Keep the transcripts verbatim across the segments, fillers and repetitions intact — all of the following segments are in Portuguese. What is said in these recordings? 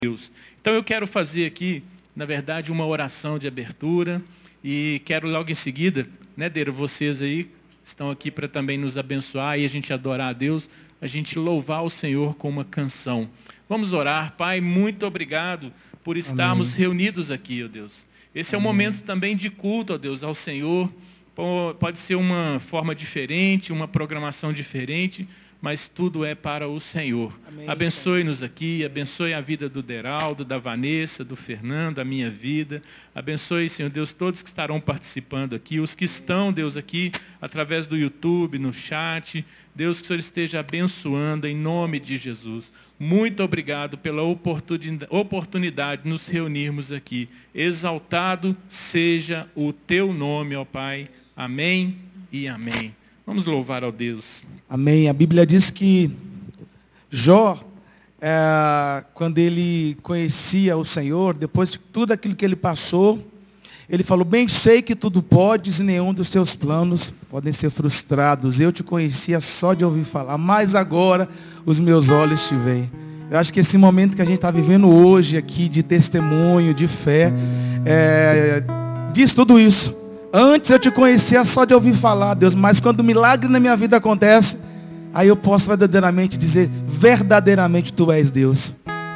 Deus. Então eu quero fazer aqui, na verdade, uma oração de abertura e quero logo em seguida, né, Deira, vocês aí estão aqui para também nos abençoar e a gente adorar a Deus, a gente louvar o Senhor com uma canção. Vamos orar. Pai, muito obrigado por estarmos Amém. Reunidos aqui, ó Deus. Esse Amém. É um momento também de culto, ó Deus, ao Senhor. Pode ser uma forma diferente, uma programação diferente, mas tudo é para o Senhor. Abençoe-nos aqui, abençoe a vida do Deraldo, da Vanessa, do Fernando, a minha vida. Abençoe, Senhor Deus, todos que estarão participando aqui, os que estão, Deus, aqui através do YouTube, no chat. Deus, que o Senhor esteja abençoando em nome de Jesus. Muito obrigado pela oportunidade de nos reunirmos aqui. Exaltado seja o teu nome, ó Pai. Amém e amém. Vamos louvar ao Deus. Amém. A Bíblia diz que Jó, é, quando ele conhecia o Senhor, depois de tudo aquilo que ele passou, ele falou, bem sei que tudo podes e nenhum dos teus planos podem ser frustrados. Eu te conhecia só de ouvir falar, mas agora os meus olhos te veem. Eu acho que esse momento que a gente está vivendo hoje aqui, de testemunho, de fé, é, diz tudo isso. Antes eu te conhecia só de ouvir falar, Deus, mas quando o milagre na minha vida acontece, aí eu posso verdadeiramente dizer, verdadeiramente tu és Deus.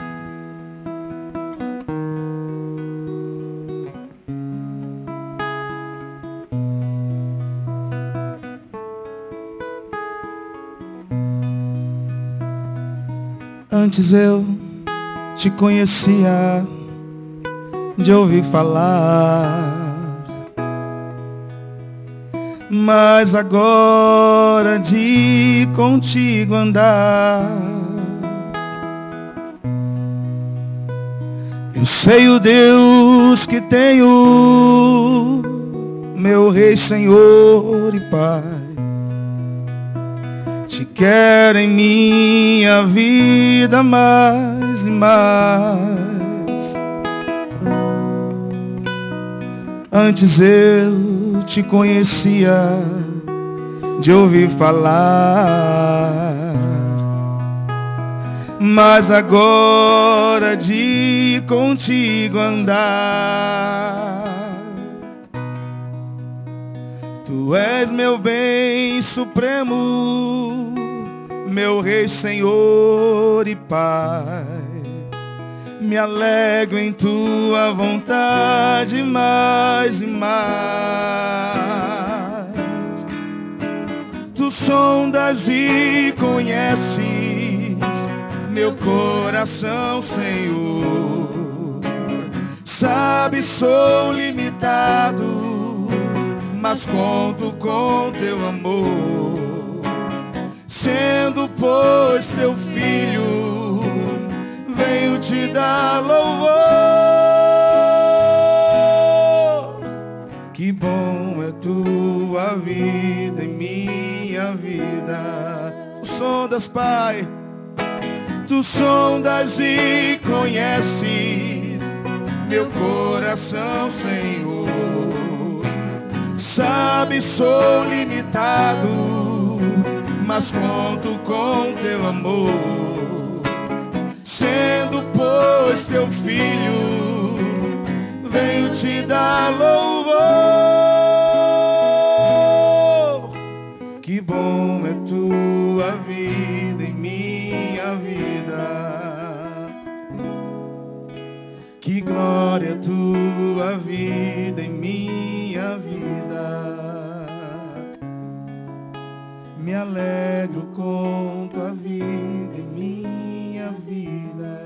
Antes eu te conhecia de ouvir falar, mas agora de contigo andar, eu sei o Deus que tenho, meu Rei, Senhor e Pai. Te quero em minha vida mais e mais. Antes eu te conhecia de ouvir falar, mas agora de contigo andar. Tu és meu bem supremo, meu Rei, Senhor e Pai. Me alegro em tua vontade mais e mais. Tu sondas e conheces meu coração, Senhor. Sabes, sou limitado, mas conto com teu amor. Sendo, pois, teu filho, venho te dar louvor. Que bom é tua vida em minha vida. Tu sondas, Pai, tu sondas e conheces meu coração, Senhor. Sabe, sou limitado, mas conto com teu amor. Sendo, pois, teu filho, venho te dar louvor. Que bom é tua vida em minha vida. Que glória é tua vida em minha vida. Me alegro com tua vida em minha vida.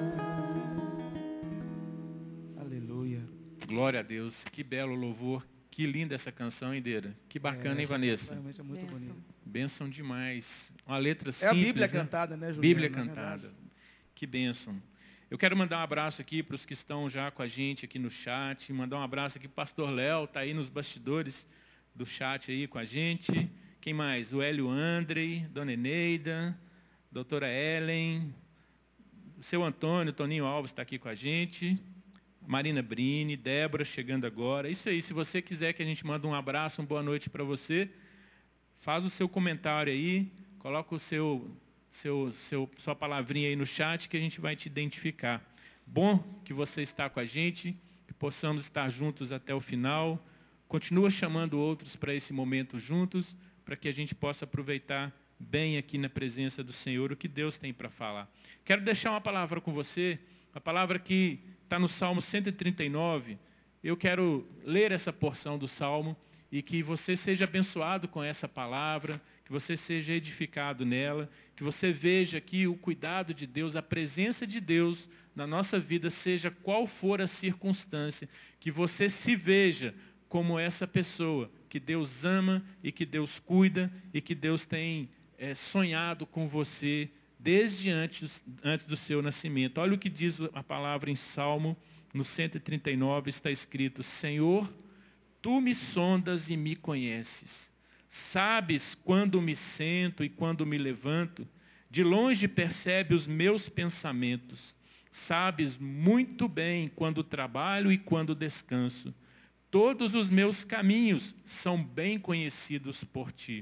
Aleluia. Glória a Deus. Que belo louvor. Que linda essa canção, hein, Deira? Que bacana, é, hein, Vanessa? Realmente é muito bonita. Bênção demais. Uma letra simples. É a Bíblia, né? Cantada, né, Juliana? Bíblia cantada. Que bênção. Eu quero mandar um abraço aqui para os que estão já com a gente aqui no chat. Mandar um abraço aqui para o pastor Léo, está aí nos bastidores do chat aí com a gente. Quem mais? O Hélio Andrei, Dona Eneida, doutora Ellen, o seu Antônio, Toninho Alves está aqui com a gente. Marina Brini, Débora chegando agora. Isso aí, se você quiser que a gente mande um abraço, uma boa noite para você, faz o seu comentário aí, coloca o seu, seu, seu, sua palavrinha aí no chat que a gente vai te identificar. bom que você está com a gente, que possamos estar juntos até o final. Continua chamando outros para esse momento juntos, para que a gente possa aproveitar bem aqui na presença do Senhor o que Deus tem para falar. Quero deixar uma palavra com você, a palavra que está no Salmo cento e trinta e nove. Eu quero ler essa porção do Salmo e que você seja abençoado com essa palavra, que você seja edificado nela, que você veja aqui o cuidado de Deus, a presença de Deus na nossa vida, seja qual for a circunstância, que você se veja como essa pessoa que Deus ama e que Deus cuida e que Deus tem é, sonhado com você desde antes, antes do seu nascimento. Olha o que diz a palavra em Salmo, no cento e trinta e nove, está escrito: Senhor, tu me sondas e me conheces. Sabes quando me sento e quando me levanto. De longe percebe os meus pensamentos. Sabes muito bem quando trabalho e quando descanso. Todos os meus caminhos são bem conhecidos por ti.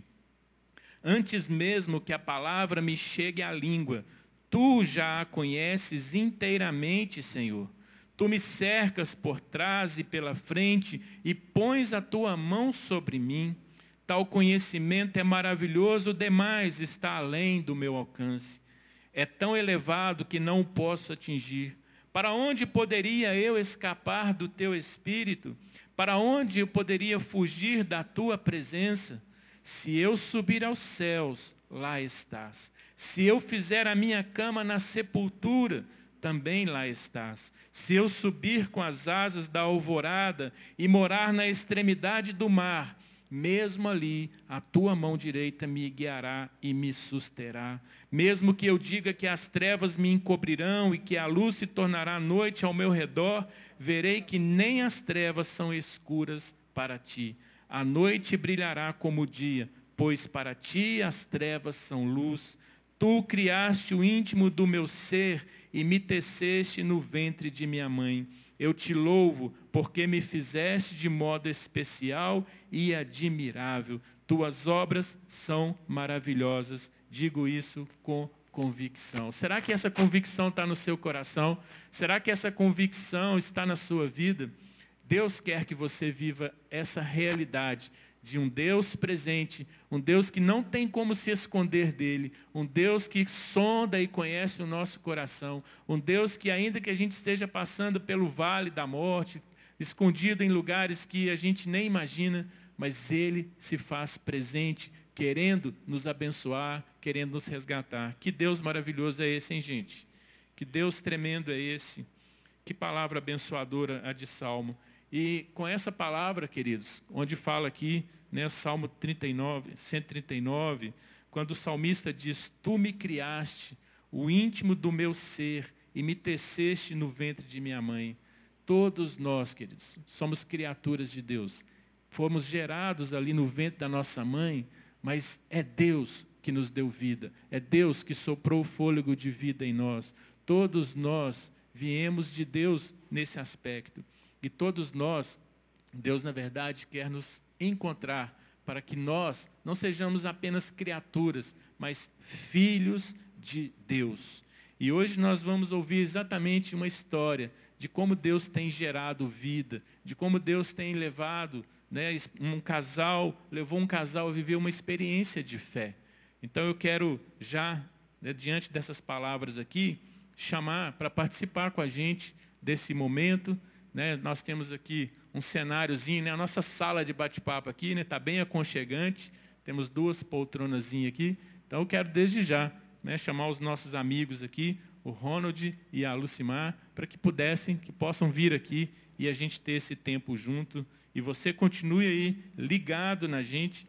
Antes mesmo que a palavra me chegue à língua, tu já a conheces inteiramente, Senhor. Tu me cercas por trás e pela frente e pões a tua mão sobre mim. Tal conhecimento é maravilhoso demais, está além do meu alcance. É tão elevado que não o posso atingir. Para onde poderia eu escapar do teu espírito? Para onde eu poderia fugir da tua presença? Se eu subir aos céus, lá estás. Se eu fizer a minha cama na sepultura, também lá estás. Se eu subir com as asas da alvorada e morar na extremidade do mar, mesmo ali a tua mão direita me guiará e me susterá. Mesmo que eu diga que as trevas me encobrirão e que a luz se tornará noite ao meu redor, verei que nem as trevas são escuras para ti. A noite brilhará como o dia, pois para ti as trevas são luz. Tu criaste o íntimo do meu ser e me teceste no ventre de minha mãe. Eu te louvo, porque me fizeste de modo especial e admirável. Tuas obras são maravilhosas. Digo isso com convicção. Será que essa convicção está no seu coração? Será que essa convicção está na sua vida? Deus quer que você viva essa realidade de um Deus presente, um Deus que não tem como se esconder dele, um Deus que sonda e conhece o nosso coração, um Deus que, ainda que a gente esteja passando pelo vale da morte, escondido em lugares que a gente nem imagina, mas ele se faz presente, querendo nos abençoar, querendo nos resgatar. Que Deus maravilhoso é esse, hein, gente? Que Deus tremendo é esse? Que palavra abençoadora a de Salmo. E com essa palavra, queridos, onde fala aqui, né, Salmo trinta e nove, cento e trinta e nove, quando o salmista diz: tu me criaste, o íntimo do meu ser, e me teceste no ventre de minha mãe. Todos nós, queridos, somos criaturas de Deus. Fomos gerados ali no ventre da nossa mãe, mas é Deus que nos deu vida. É Deus que soprou o fôlego de vida em nós. Todos nós viemos de Deus nesse aspecto. E todos nós, Deus, na verdade, quer nos encontrar para que nós não sejamos apenas criaturas, mas filhos de Deus. E hoje nós vamos ouvir exatamente uma história de como Deus tem gerado vida, de como Deus tem levado, né, um casal, levou um casal a viver uma experiência de fé. Então eu quero já, né, diante dessas palavras aqui, chamar para participar com a gente desse momento. Né, nós temos aqui um cenáriozinho, né, a nossa sala de bate-papo aqui está, né, bem aconchegante, temos duas poltronazinhas aqui, então eu quero desde já, né, chamar os nossos amigos aqui, o Ronald e a Lucimar, para que pudessem, que possam vir aqui e a gente ter esse tempo junto, e você continue aí ligado na gente,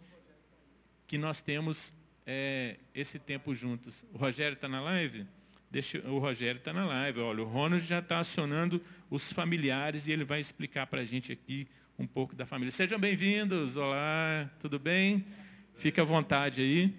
que nós temos é, esse tempo juntos. O Rogério está na live? Deixa, o Rogério está na live. Olha, o Ronald já está acionando os familiares e ele vai explicar para a gente aqui um pouco da família. Sejam bem-vindos. Olá, tudo bem? Fique à vontade aí.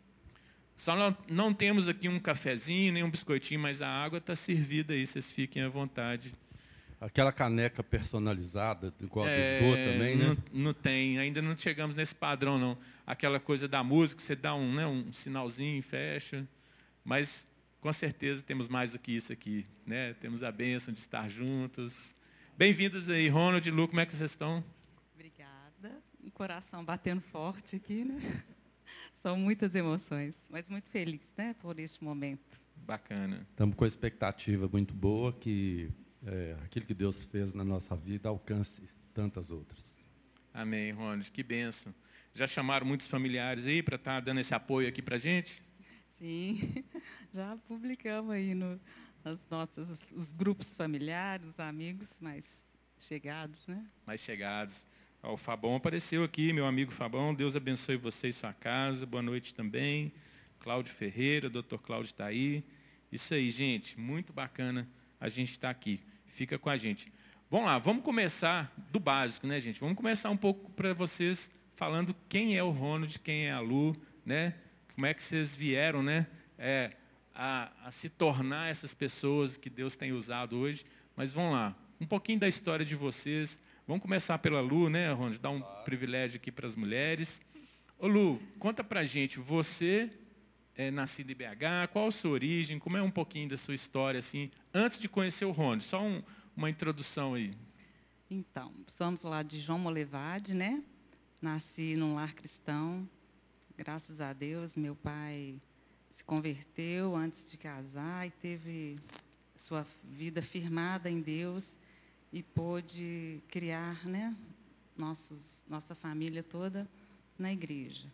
Só não, não temos aqui um cafezinho, nem um biscoitinho, mas a água está servida aí, vocês fiquem à vontade. Aquela caneca personalizada, igual a é, do Jô também, né? Não, não tem, ainda não chegamos nesse padrão, não. Aquela coisa da música, você dá um, né, um sinalzinho, fecha. Mas com certeza temos mais do que isso aqui, né? Temos a bênção de estar juntos. Bem-vindos aí, Ronald e Lu, como é que vocês estão? Obrigada. Um coração batendo forte aqui, né? São muitas emoções, mas muito feliz, né, por este momento. Bacana. Estamos com a expectativa muito boa que é, aquilo que Deus fez na nossa vida alcance tantas outras. Amém, Ronald. Que bênção. Já chamaram muitos familiares aí para estar dando esse apoio aqui para a gente? Sim, já publicamos aí no, as nossas, os grupos familiares, os amigos mais chegados, né? Mais chegados. Ó, o Fabão apareceu aqui, meu amigo Fabão. Deus abençoe você e sua casa. Boa noite também. Cláudio Ferreira, doutor Cláudio está aí. Isso aí, gente. Muito bacana a gente estar aqui. Fica com a gente. Vamos lá, vamos começar do básico, né, gente? Vamos começar um pouco para vocês falando quem é o Ronald, quem é a Lu, né? Como é que vocês vieram, né? É, a, a se tornar essas pessoas que Deus tem usado hoje. Mas vamos lá, um pouquinho da história de vocês. Vamos começar pela Lu, né, Ronald? Dar um privilégio aqui para as mulheres. Ô, Lu, conta pra gente, você é nascida em B H, qual a sua origem, como é um pouquinho da sua história, assim, antes de conhecer o Ronald? Só um, uma introdução aí. Então, somos lá de João Molevade, né? Nasci num lar cristão, graças a Deus, meu pai se converteu antes de casar e teve sua vida firmada em Deus e pôde criar, né, nossos, nossa família toda na igreja.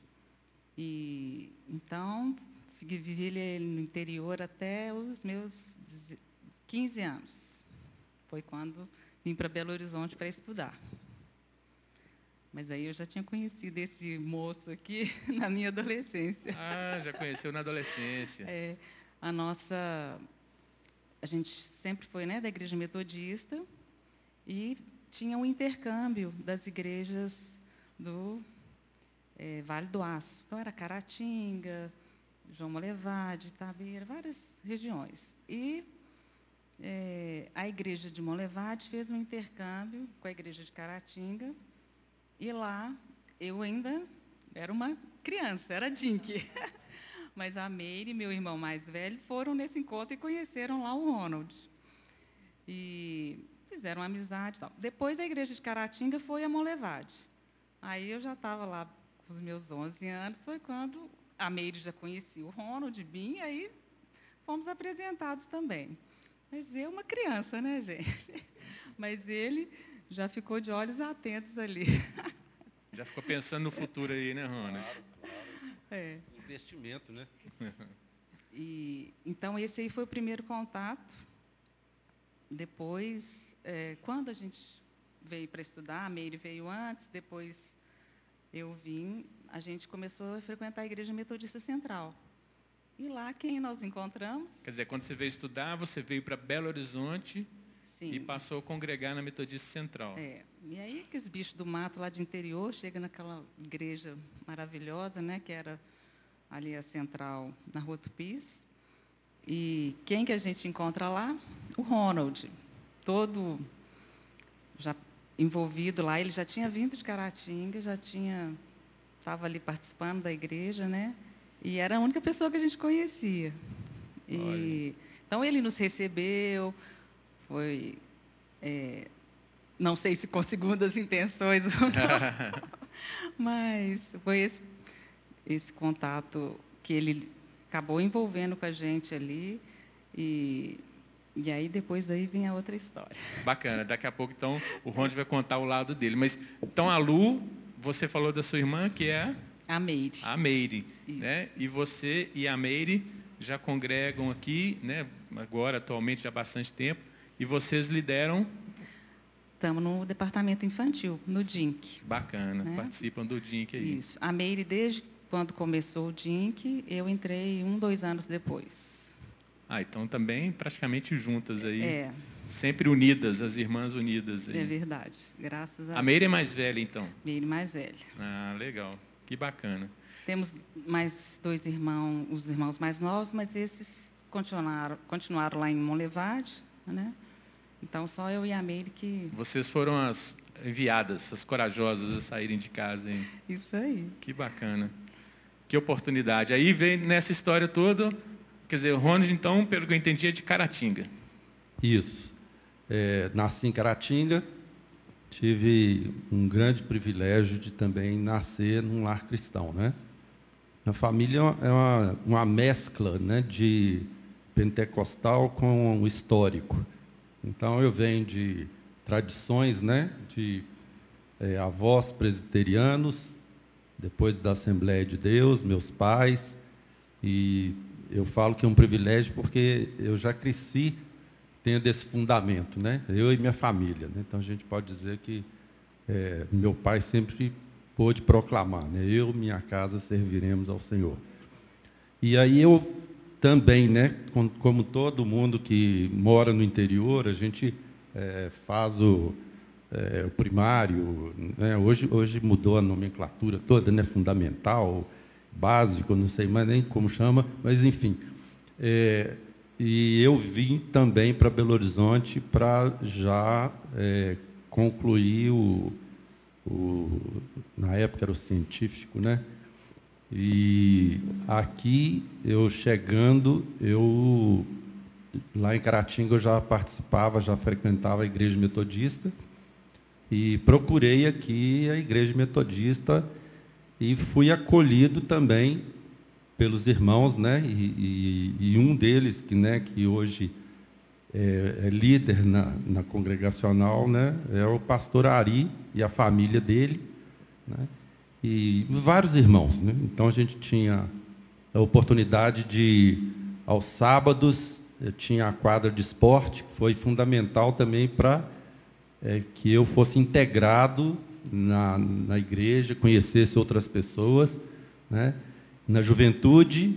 E então, vivi no interior até os meus quinze anos. Foi quando vim para Belo Horizonte para estudar. Mas aí eu já tinha conhecido esse moço aqui na minha adolescência. Ah, já conheceu na adolescência. É, a nossa... A gente sempre foi, né, da igreja metodista e tinha um intercâmbio das igrejas do é, Vale do Aço. Então, era Caratinga, João Molevade, Itabeira, várias regiões. E é, a igreja de Molevade fez um intercâmbio com a igreja de Caratinga. E lá, eu ainda era uma criança, era Dink. Mas a Meire, meu irmão mais velho, foram nesse encontro e conheceram lá o Ronald. E fizeram amizade e tal. Depois da igreja de Caratinga foi a Molevade. Aí eu já estava lá com os meus onze anos, foi quando a Meire já conhecia o Ronald, Bim, e aí fomos apresentados também. Mas eu, uma criança, né, gente? Mas ele já ficou de olhos atentos ali. Já ficou pensando no futuro aí, né, Ronald? Claro, claro. É. Investimento, né? E, então, esse aí foi o primeiro contato. Depois, é, quando a gente veio para estudar, a Meire veio antes, depois eu vim, a gente começou a frequentar a Igreja Metodista Central. E lá, quem nós encontramos? Quer dizer, quando você veio estudar, você veio para Belo Horizonte. Sim. E passou a congregar na Metodista Central. É. E aí, aqueles bichos do mato lá de interior, chega naquela igreja maravilhosa, né, que era ali a central, na Rua Tupis. E quem que a gente encontra lá? O Ronald. Todo já envolvido lá. Ele já tinha vindo de Caratinga, já tinha... Estava ali participando da igreja, né? E era a única pessoa que a gente conhecia. E, então, ele nos recebeu... Foi, é, não sei se com segundas intenções, mas foi esse, esse contato que ele acabou envolvendo com a gente ali. E, e aí, depois daí, vinha a outra história. Bacana. Daqui a pouco, então, o Ronald vai contar o lado dele. Mas, então, a Lu, você falou da sua irmã, que é? A Meire. A Meire. Né? E você e a Meire já congregam aqui, né? Agora, atualmente, já há bastante tempo. E vocês lideram? Estamos no departamento infantil, no Dink. Bacana, né? Participam do Dink aí. Isso. A Meire, desde quando começou o Dink, eu entrei um, dois anos depois. Ah, então também praticamente juntas aí. É. Sempre unidas, as irmãs unidas aí. É verdade, graças a A Meire é mais velha, então? Meire mais velha. Ah, legal. Que bacana. Temos mais dois irmãos, os irmãos mais novos, mas esses continuaram, continuaram lá em Monlevade, né? Então, só eu e a Meire que... Vocês foram as enviadas, as corajosas a saírem de casa, hein? Isso aí. Que bacana. Que oportunidade. Aí vem nessa história toda, Quer dizer, o Ronald, então, pelo que eu entendi, é de Caratinga. Isso. É, nasci em Caratinga, tive um grande privilégio de também nascer num lar cristão, né? Minha família é uma, uma mescla, né, de pentecostal com o histórico. Então, eu venho de tradições, né, de é, avós presbiterianos, depois da Assembleia de Deus, meus pais, e eu falo que é um privilégio porque eu já cresci tendo esse fundamento, né? Eu e minha família, né? Então a gente pode dizer que é, meu pai sempre pôde proclamar, né? Eu, minha casa, serviremos ao Senhor. E aí eu também, né? Como, como todo mundo que mora no interior, a gente é, faz o, é, o primário, né? Hoje, hoje mudou a nomenclatura toda, né? Fundamental, básico, não sei mais nem como chama, mas enfim. É, e eu vim também para Belo Horizonte para já é, concluir o, o, na época era o científico, né? E aqui eu chegando, eu lá em Caratinga eu já participava, já frequentava a igreja metodista e procurei aqui a igreja metodista e fui acolhido também pelos irmãos, né? E, e, e um deles, que, né, que hoje é, é líder na, na congregacional, né, é o pastor Ari e a família dele, né? E vários irmãos, né? Então a gente tinha a oportunidade de, aos sábados, eu tinha a quadra de esporte, que foi fundamental também para é, que eu fosse integrado Na, na igreja, conhecesse outras pessoas, né, na juventude,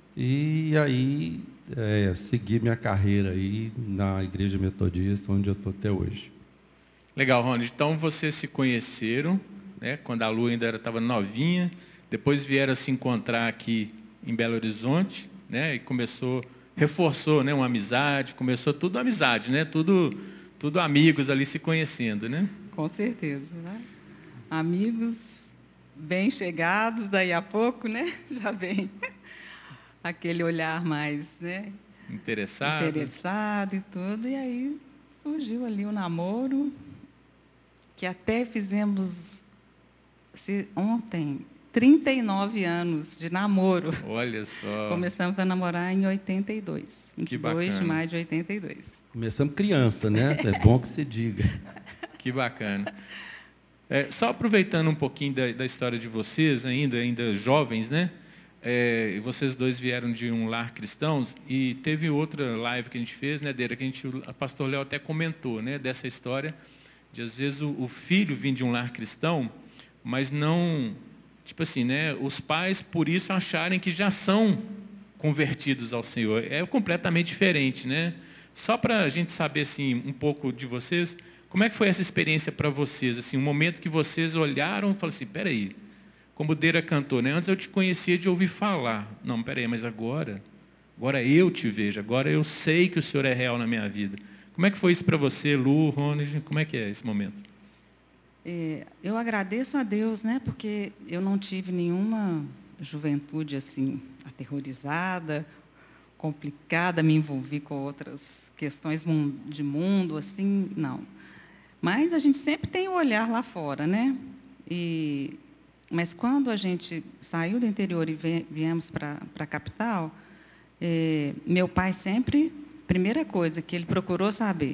e aí é, segui minha carreira aí na igreja metodista, onde eu estou até hoje. Legal, Ronald. Então, vocês se conheceram, né, quando a Lu ainda estava novinha, depois vieram se encontrar aqui em Belo Horizonte, né, e começou, reforçou, né, uma amizade, começou tudo amizade, né, tudo, tudo amigos ali se conhecendo, né? Com certeza, né? Amigos bem chegados, daí a pouco, né? Já vem aquele olhar mais, né? Interessado. Interessado e tudo. E aí surgiu ali o namoro, que até fizemos se, ontem, trinta e nove anos de namoro. Olha só. Começamos a namorar em oitenta e dois, vinte e dois de maio de oitenta e dois. Começamos criança, né? É bom que se diga. Que bacana. É, só aproveitando um pouquinho da, da história de vocês, ainda, ainda jovens, né? É, vocês dois vieram de um lar cristãos e teve outra live que a gente fez, né, Deira, que a gente, o pastor Léo até comentou, né, dessa história de às vezes o, o filho vir de um lar cristão, mas não, tipo assim, né, os pais por isso acharem que já são convertidos ao Senhor. É completamente diferente, né? Só para a gente saber assim um pouco de vocês. Como é que foi essa experiência para vocês? Assim, um momento que vocês olharam e falaram assim, peraí, como o Deira cantou, né? Antes eu te conhecia de ouvir falar. Não, peraí, mas agora, agora eu te vejo, agora eu sei que o Senhor é real na minha vida. Como é que foi isso para você, Lu, Ronald? Como é que é esse momento? É, eu agradeço a Deus, né? Porque eu não tive nenhuma juventude assim aterrorizada, complicada, me envolvi com outras questões de mundo, assim, não. Mas a gente sempre tem o olhar lá fora, né? E, mas quando a gente saiu do interior e viemos para a capital, é, meu pai sempre, primeira coisa que ele procurou saber,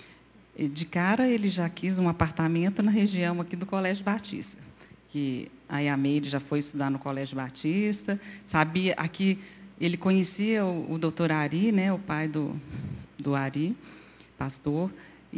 de cara ele já quis um apartamento na região aqui do Colégio Batista, que aí a Meire já foi estudar no Colégio Batista, sabia, aqui ele conhecia o, o doutor Ari, né, o pai do, do Ari, pastor,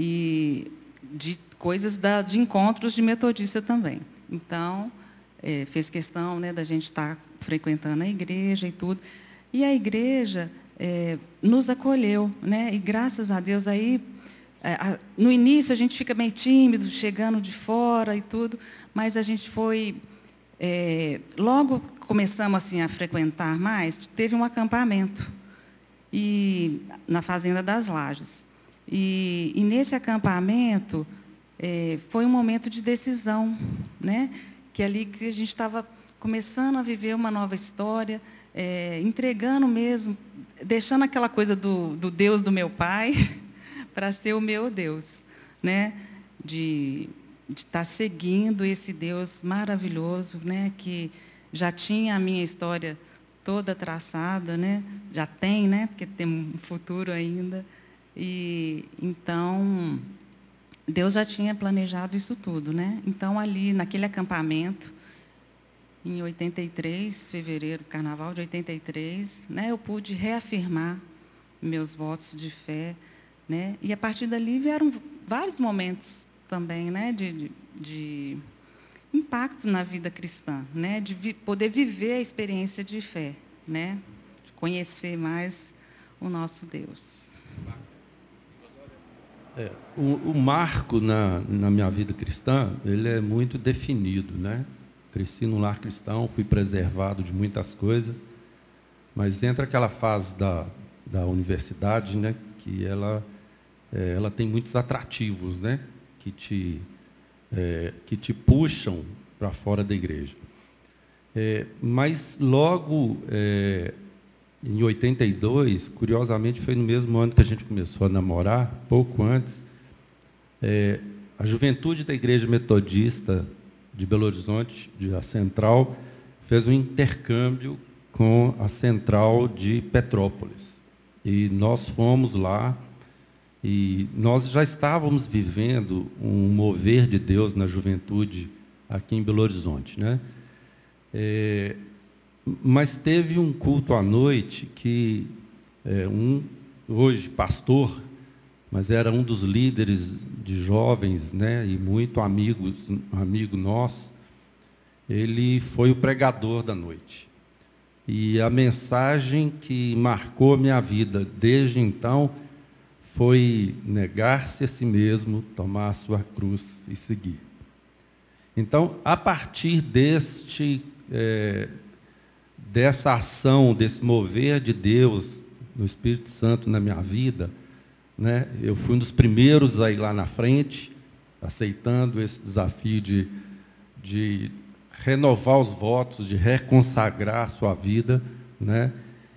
e de coisas da, de encontros de metodista também. Então, é, fez questão, né, da gente estar frequentando a igreja e tudo. E a igreja é, nos acolheu, né? E graças a Deus, aí, é, a, no início a gente fica meio tímido, chegando de fora e tudo, mas a gente foi, é, logo começamos assim, a frequentar mais, teve um acampamento e, na Fazenda das Lajes. E, e nesse acampamento, é, foi um momento de decisão, né? Que ali que a gente estava começando a viver uma nova história, é, entregando mesmo deixando aquela coisa do, do Deus do meu pai para ser o meu Deus, né? De de estar seguindo esse Deus maravilhoso, né? Que já tinha a minha história toda traçada, né? Já tem, né? Porque tem um futuro ainda. E então Deus já tinha planejado isso tudo, né? Então ali naquele acampamento em oitenta e três, fevereiro, carnaval de oitenta e três, né? Eu pude reafirmar meus votos de fé, né? E a partir dali vieram vários momentos também, né? De, de, de impacto na vida cristã, né? De vi, poder viver a experiência de fé, né? De conhecer mais o nosso Deus. É, o, o marco na, na minha vida cristã, ele é muito definido, né? Cresci num lar cristão, fui preservado de muitas coisas, mas entra aquela fase da, da universidade, né? Que ela, é, ela tem muitos atrativos, né? Que te, é, que te puxam para fora da igreja. É, mas logo, é, em oitenta e dois, curiosamente, foi no mesmo ano que a gente começou a namorar, pouco antes, é, a juventude da Igreja Metodista de Belo Horizonte, de a Central, fez um intercâmbio com a Central de Petrópolis. E nós fomos lá, e nós já estávamos vivendo um mover de Deus na juventude aqui em Belo Horizonte, né? É, mas teve um culto à noite que é, um, hoje, pastor, mas era um dos líderes de jovens, né, e muito amigos, amigo nosso, ele foi o pregador da noite. E a mensagem que marcou a minha vida desde então foi negar-se a si mesmo, tomar a sua cruz e seguir. Então, a partir deste, é, dessa ação, desse mover de Deus, no Espírito Santo na minha vida, né, eu fui um dos primeiros a ir lá na frente, aceitando esse desafio de, de renovar os votos, de reconsagrar a sua vida, né,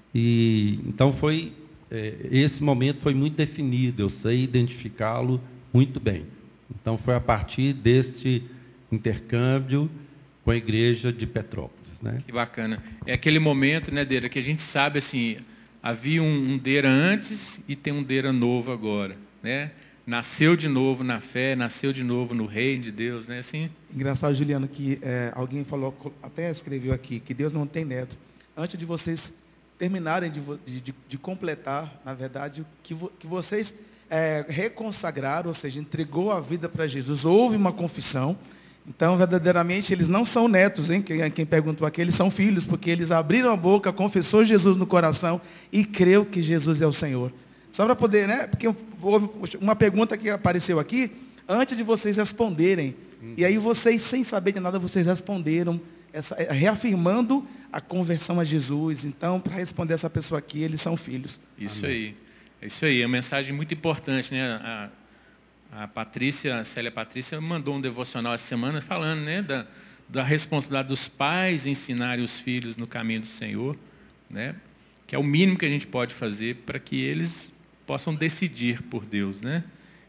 e então foi... Esse momento foi muito definido, eu sei identificá-lo muito bem. Então, foi a partir deste intercâmbio com a igreja de Petrópolis, né? Que bacana. É aquele momento, né, Deira, que a gente sabe, assim, havia um, um Deira antes e tem um Deira novo agora, né? Nasceu de novo na fé, nasceu de novo no reino de Deus, né? Assim. Engraçado, Juliano, que é, alguém falou, até escreveu aqui, que Deus não tem neto. Antes de vocês terminarem de, de, de completar, na verdade, que, vo, que vocês é, reconsagraram, ou seja, entregou a vida para Jesus. Houve uma confissão. Então, verdadeiramente, eles não são netos, hein? Quem, quem perguntou aqui, eles são filhos, porque eles abriram a boca, confessou Jesus no coração e creu que Jesus é o Senhor. Só para poder, né? Porque houve uma pergunta que apareceu aqui, antes de vocês responderem. Hum. E aí vocês, sem saber de nada, vocês responderam, essa, reafirmando a conversão a Jesus. Então, para responder essa pessoa aqui, eles são filhos. Isso Amém. aí. É isso aí. É uma mensagem muito importante, né? A, a Patrícia, a Célia Patrícia, mandou um devocional essa semana falando, né, da, da responsabilidade dos pais ensinarem os filhos no caminho do Senhor, né? Que é o mínimo que a gente pode fazer para que eles possam decidir por Deus, né?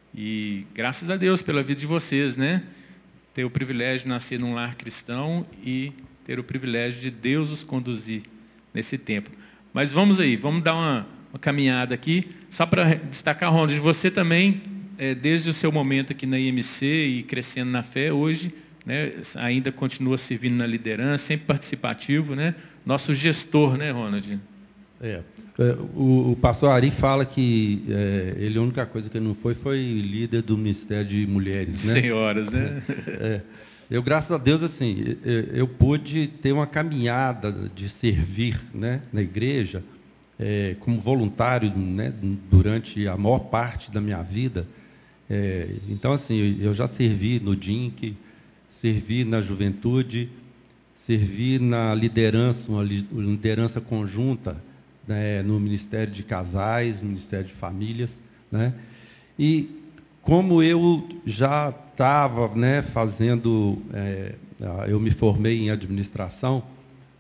E graças a Deus pela vida de vocês, né? Ter o privilégio de nascer num lar cristão e ter o privilégio de Deus os conduzir nesse tempo. Mas vamos aí, vamos dar uma, uma caminhada aqui, só para destacar, Ronald, você também, é, desde o seu momento aqui na I M C e crescendo na fé, hoje, né, ainda continua servindo na liderança, sempre participativo, né? Nosso gestor, né, Ronald? É. O, o pastor Ari fala que é, ele, a única coisa que ele não foi, foi líder do Ministério de Mulheres, né? Senhoras, né? É, eu, graças a Deus, assim, eu, eu pude ter uma caminhada de servir, né, na igreja, é, como voluntário, né, durante a maior parte da minha vida. É, então, assim, eu já servi no D I N C, servi na juventude, servi na liderança, uma liderança conjunta, né, no Ministério de Casais, no Ministério de Famílias, né? E como eu já estava, né, fazendo, é, eu me formei em administração,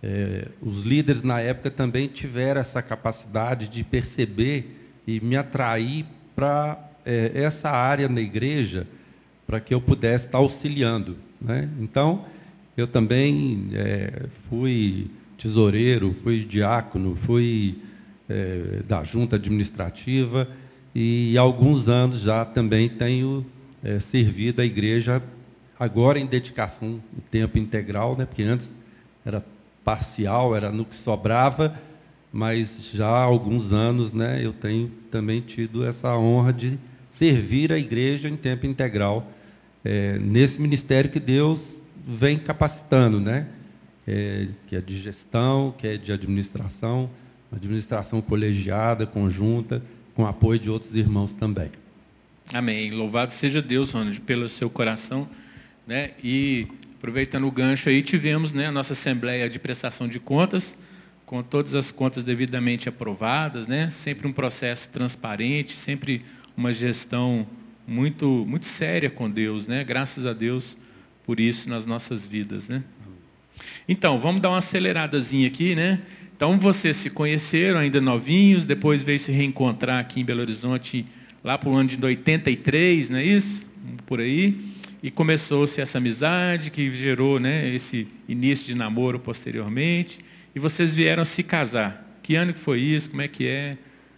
é, os líderes na época também tiveram essa capacidade de perceber e me atrair para é, essa área na igreja, para que eu pudesse estar auxiliando, né? Então, eu também é, fui tesoureiro, fui diácono, fui é, da junta administrativa e há alguns anos já também tenho é, servido a igreja, agora em dedicação em tempo integral, né? Porque antes era parcial, era no que sobrava, mas já há alguns anos, né, eu tenho também tido essa honra de servir a igreja em tempo integral, é, nesse ministério que Deus vem capacitando, né? É, que é de gestão, que é de administração, administração colegiada, conjunta, com apoio de outros irmãos também. Amém. Louvado seja Deus, Ronald, pelo seu coração, né? E aproveitando o gancho aí, tivemos, né, a nossa Assembleia de Prestação de Contas, com todas as contas devidamente aprovadas, né? Sempre um processo transparente, sempre uma gestão muito, muito séria com Deus, né? Graças a Deus por isso nas nossas vidas, né? Então, vamos dar uma aceleradazinha aqui, né? Então, vocês se conheceram ainda novinhos, depois veio se reencontrar aqui em Belo Horizonte, lá para o ano de oitenta e três, não é isso? Por aí. E começou-se essa amizade que gerou, né, esse início de namoro posteriormente. E vocês vieram se casar. Que ano que foi isso? Como é que é?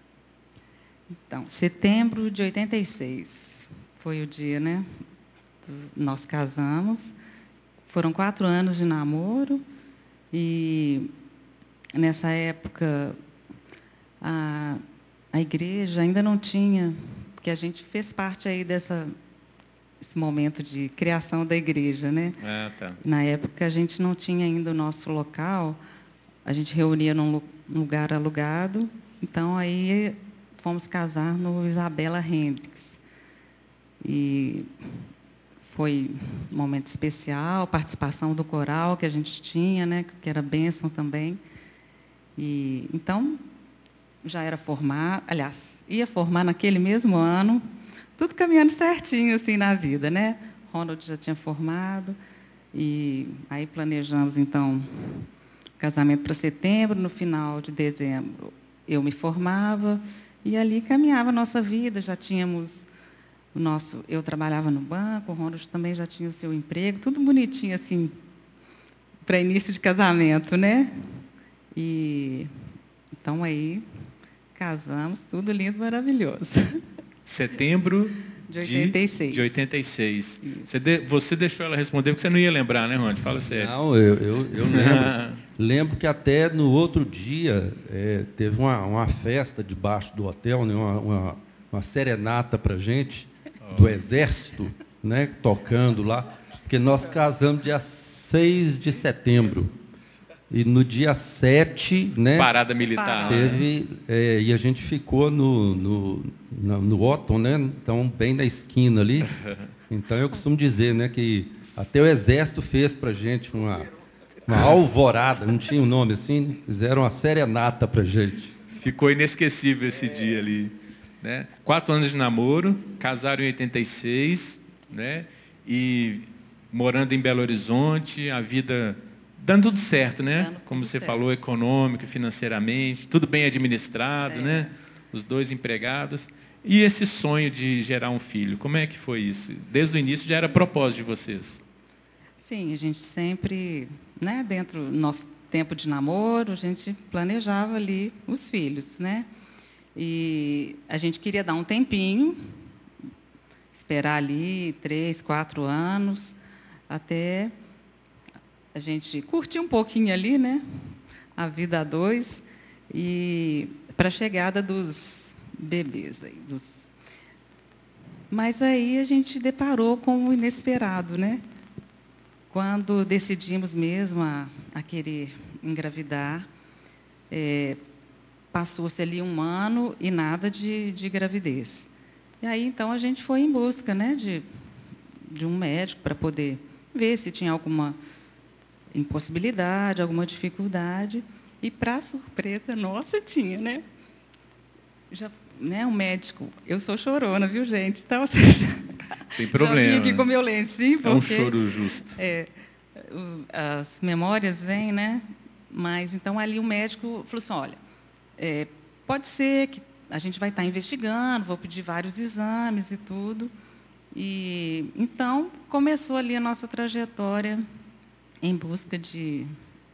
Então, setembro de oitenta e seis foi o dia, né? Nós casamos. Foram quatro anos de namoro. E nessa época a, a igreja ainda não tinha, porque a gente fez parte aí dessa esse momento de criação da igreja, né? Ah, tá. Na época a gente não tinha ainda o nosso local. A gente reunia num lugar alugado, então aí fomos casar no Isabela Hendricks. E foi um momento especial, participação do coral que a gente tinha, né, que era bênção também. E então já era formar, aliás, ia formar naquele mesmo ano, tudo caminhando certinho assim na vida, né? Ronald já tinha formado e aí planejamos então casamento para setembro, no final de dezembro eu me formava e ali caminhava a nossa vida, já tínhamos o nosso, eu trabalhava no banco, o Ronald também já tinha o seu emprego, tudo bonitinho assim para início de casamento, né? E então aí casamos, tudo lindo, maravilhoso. Setembro de oitenta e seis. De oitenta e seis. Você, de, você deixou ela responder porque você não ia lembrar, né, Ronald? Fala sério. Não, eu, eu, eu lembro. Lembro que até no outro dia é, teve uma, uma festa debaixo do hotel, né, uma, uma, uma serenata para a gente, oh. do Exército, né, tocando lá, porque nós casamos dia seis de setembro. E no dia sete, né, parada militar. Teve, é, e a gente ficou no, no, no, no Otton, né, então, bem na esquina ali. Então, eu costumo dizer, né, que até o Exército fez para a gente uma, uma alvorada, não tinha um nome assim, fizeram uma serenata para a gente. Ficou inesquecível esse é. dia ali. Né? Quatro anos de namoro, casaram em oitenta e seis, né, e morando em Belo Horizonte, a vida dando tudo certo, né? Dando Como você certo. falou, econômico, financeiramente, tudo bem administrado, é. né? Os dois empregados. E esse sonho de gerar um filho, como é que foi isso? Desde o início já era propósito de vocês? Sim, a gente sempre, né, dentro do nosso tempo de namoro, a gente planejava ali os filhos, né? E a gente queria dar um tempinho, esperar ali três, quatro anos, até a gente curtir um pouquinho ali, né? A vida a dois, e para a chegada dos bebês aí. Dos... Mas aí a gente deparou com o inesperado, né? Quando decidimos mesmo a, a querer engravidar, é, passou-se ali um ano e nada de, de gravidez. E aí, então, a gente foi em busca, né, de, de um médico para poder ver se tinha alguma impossibilidade, alguma dificuldade. E, para surpresa nossa, tinha, né? Já, né, um médico... Eu sou chorona, viu, gente? Então, vocês... Tem problema. Já vim aqui com meu lencinho, porque... É um choro justo. É, o, as memórias vêm, né? Mas, então, ali o médico falou assim, olha, é, pode ser que a gente vai estar investigando, vou pedir vários exames e tudo. E, então, começou ali a nossa trajetória em busca de,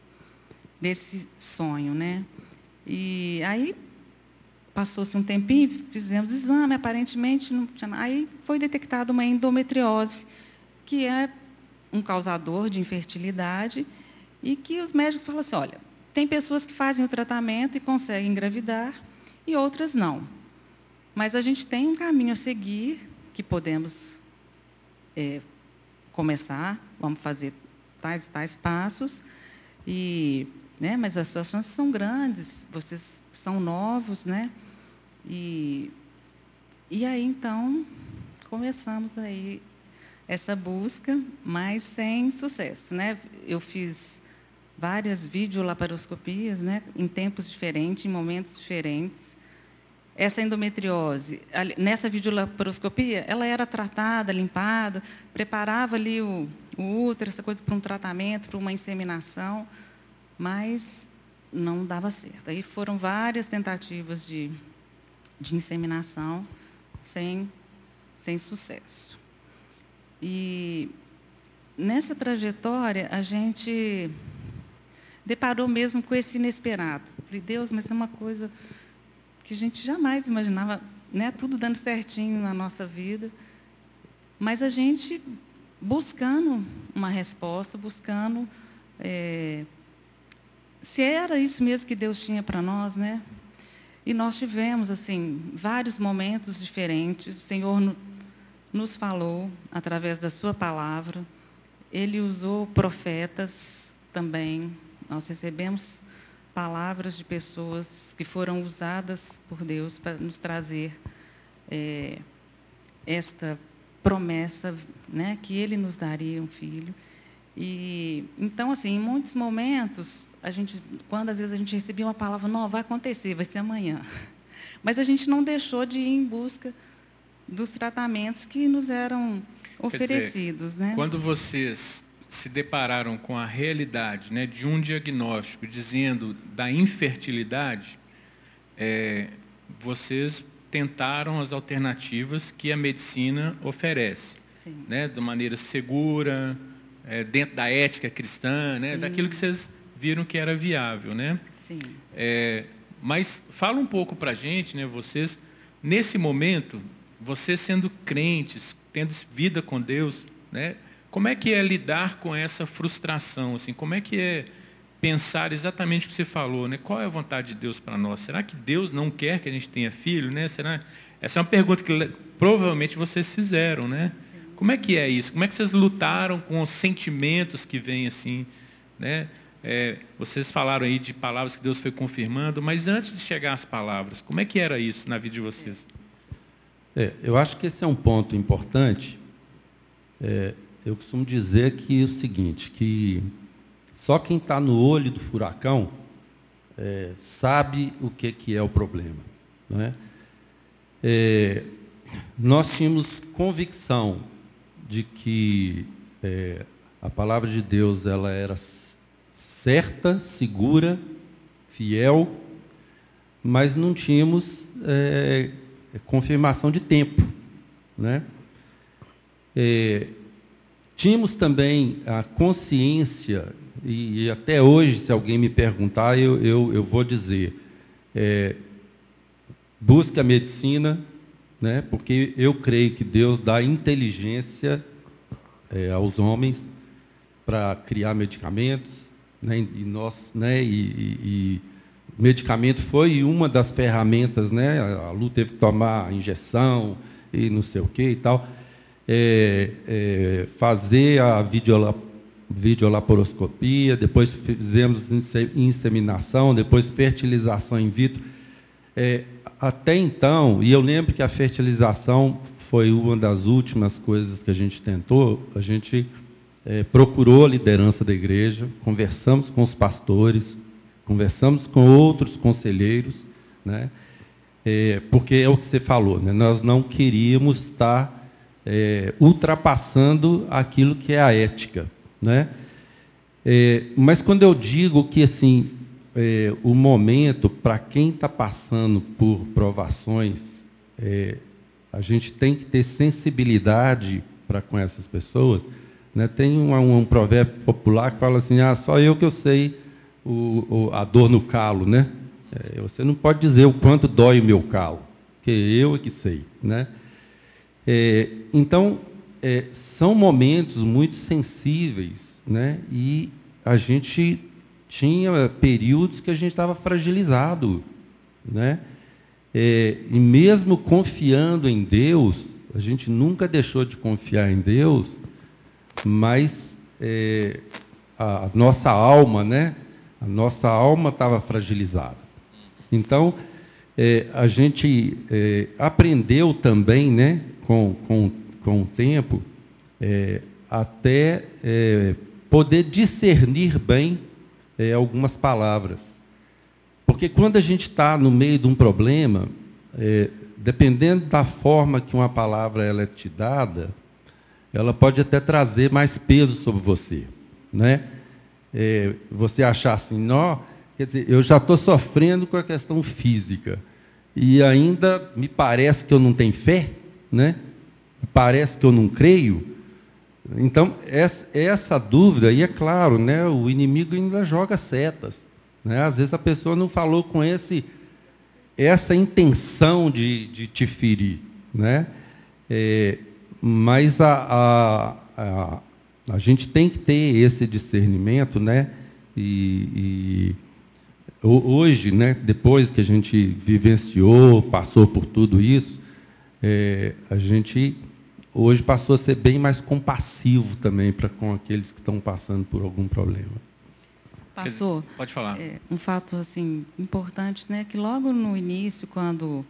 desse sonho, né? E aí, passou-se um tempinho, fizemos exame, aparentemente não tinha nada. Aí foi detectada uma endometriose, que é um causador de infertilidade, e que os médicos falam assim, olha, tem pessoas que fazem o tratamento e conseguem engravidar, e outras não. Mas a gente tem um caminho a seguir, que podemos é, começar, vamos fazer tais tais passos, e, né, mas as suas chances são grandes, vocês são novos, né? E, e aí, então, começamos aí essa busca, mas sem sucesso, né? Eu fiz várias videolaparoscopias, né, em tempos diferentes, em momentos diferentes. Essa endometriose, nessa videolaparoscopia, ela era tratada, limpada, preparava ali o, o útero, essa coisa para um tratamento, para uma inseminação, mas não dava certo. Aí foram várias tentativas de, de inseminação sem, sem sucesso. E nessa trajetória, a gente deparou mesmo com esse inesperado. Falei, Deus, mas é uma coisa que a gente jamais imaginava, né? Tudo dando certinho na nossa vida, mas a gente buscando uma resposta, buscando é, se era isso mesmo que Deus tinha para nós, né? E nós tivemos assim vários momentos diferentes. O Senhor no, nos falou através da sua palavra. Ele usou profetas também. Nós recebemos palavras de pessoas que foram usadas por Deus para nos trazer é, esta promessa, né, que Ele nos daria um filho. E então, assim, em muitos momentos, a gente, quando às vezes a gente recebia uma palavra, não, vai acontecer, vai ser amanhã. Mas a gente não deixou de ir em busca dos tratamentos que nos eram oferecidos, Quer dizer, né? Quando vocês se depararam com a realidade, né, de um diagnóstico dizendo da infertilidade, é, vocês tentaram as alternativas que a medicina oferece, né, de maneira segura, é, dentro da ética cristã, né, daquilo que vocês viram que era viável, né? Sim. É, mas fala um pouco para a gente, né, vocês, nesse momento, vocês sendo crentes, tendo vida com Deus, né, como é que é lidar com essa frustração? Assim, como é que é pensar exatamente o que você falou, né? Qual é a vontade de Deus para nós? Será que Deus não quer que a gente tenha filho, né? Será? Essa é uma pergunta que provavelmente vocês fizeram, né? Como é que é isso? Como é que vocês lutaram com os sentimentos que vêm assim, né? É, vocês falaram aí de palavras que Deus foi confirmando, mas antes de chegar às palavras, como é que era isso na vida de vocês? É, eu acho que esse é um ponto importante. É, eu costumo dizer que é o seguinte, que só quem está no olho do furacão é, sabe o que, que é o problema. Não é? É, nós tínhamos convicção de que é, a palavra de Deus ela era certa, segura, fiel, mas não tínhamos é, confirmação de tempo, né? É, tínhamos também a consciência, e, e até hoje, se alguém me perguntar, eu, eu, eu vou dizer, é, busque a medicina, né? Porque eu creio que Deus dá inteligência é, aos homens para criar medicamentos, né? E nós, né? E, e, e medicamento foi uma das ferramentas, né? A Lu teve que tomar injeção e não sei o que e tal. É, é, fazer a videola, videolaparoscopia, depois fizemos inseminação, depois fertilização in vitro. É, até então, e eu lembro que a fertilização foi uma das últimas coisas que a gente tentou, a gente é, procurou a liderança da igreja, conversamos com os pastores, conversamos com outros conselheiros, né? É, porque é o que você falou, né? Nós não queríamos estar é, ultrapassando aquilo que é a ética, né? É, mas quando eu digo que assim, é, o momento, para quem está passando por provações, é, a gente tem que ter sensibilidade para com essas pessoas, né? Tem um, um provérbio popular que fala assim, ah, só eu que eu sei o, o, a dor no calo, né? É, você não pode dizer o quanto dói o meu calo, porque eu é que sei, né? É, então, é, são momentos muito sensíveis, né? E a gente tinha períodos que a gente estava fragilizado, né? É, e mesmo confiando em Deus, a gente nunca deixou de confiar em Deus, mas é, a, a nossa alma, né? A nossa alma estava fragilizada. Então, é, a gente é, aprendeu também, né? Com, com, com o tempo, é, até é, poder discernir bem é, algumas palavras. Porque quando a gente está no meio de um problema, é, dependendo da forma que uma palavra ela é te dada, ela pode até trazer mais peso sobre você, né? É, você achar assim, não, quer dizer, eu já estou sofrendo com a questão física e ainda me parece que eu não tenho fé, né? Parece que eu não creio. Então, essa, essa dúvida, e é claro, né, o inimigo ainda joga setas, né? Às vezes a pessoa não falou com esse, essa intenção de, de te ferir, né? É, mas a, a, a, a gente tem que ter esse discernimento, né? E, e hoje, né, depois que a gente vivenciou, passou por tudo isso, é, a gente hoje passou a ser bem mais compassivo também para com aqueles que estão passando por algum problema. Pastor, pode falar. É, um fato assim importante, né, que logo no início, quando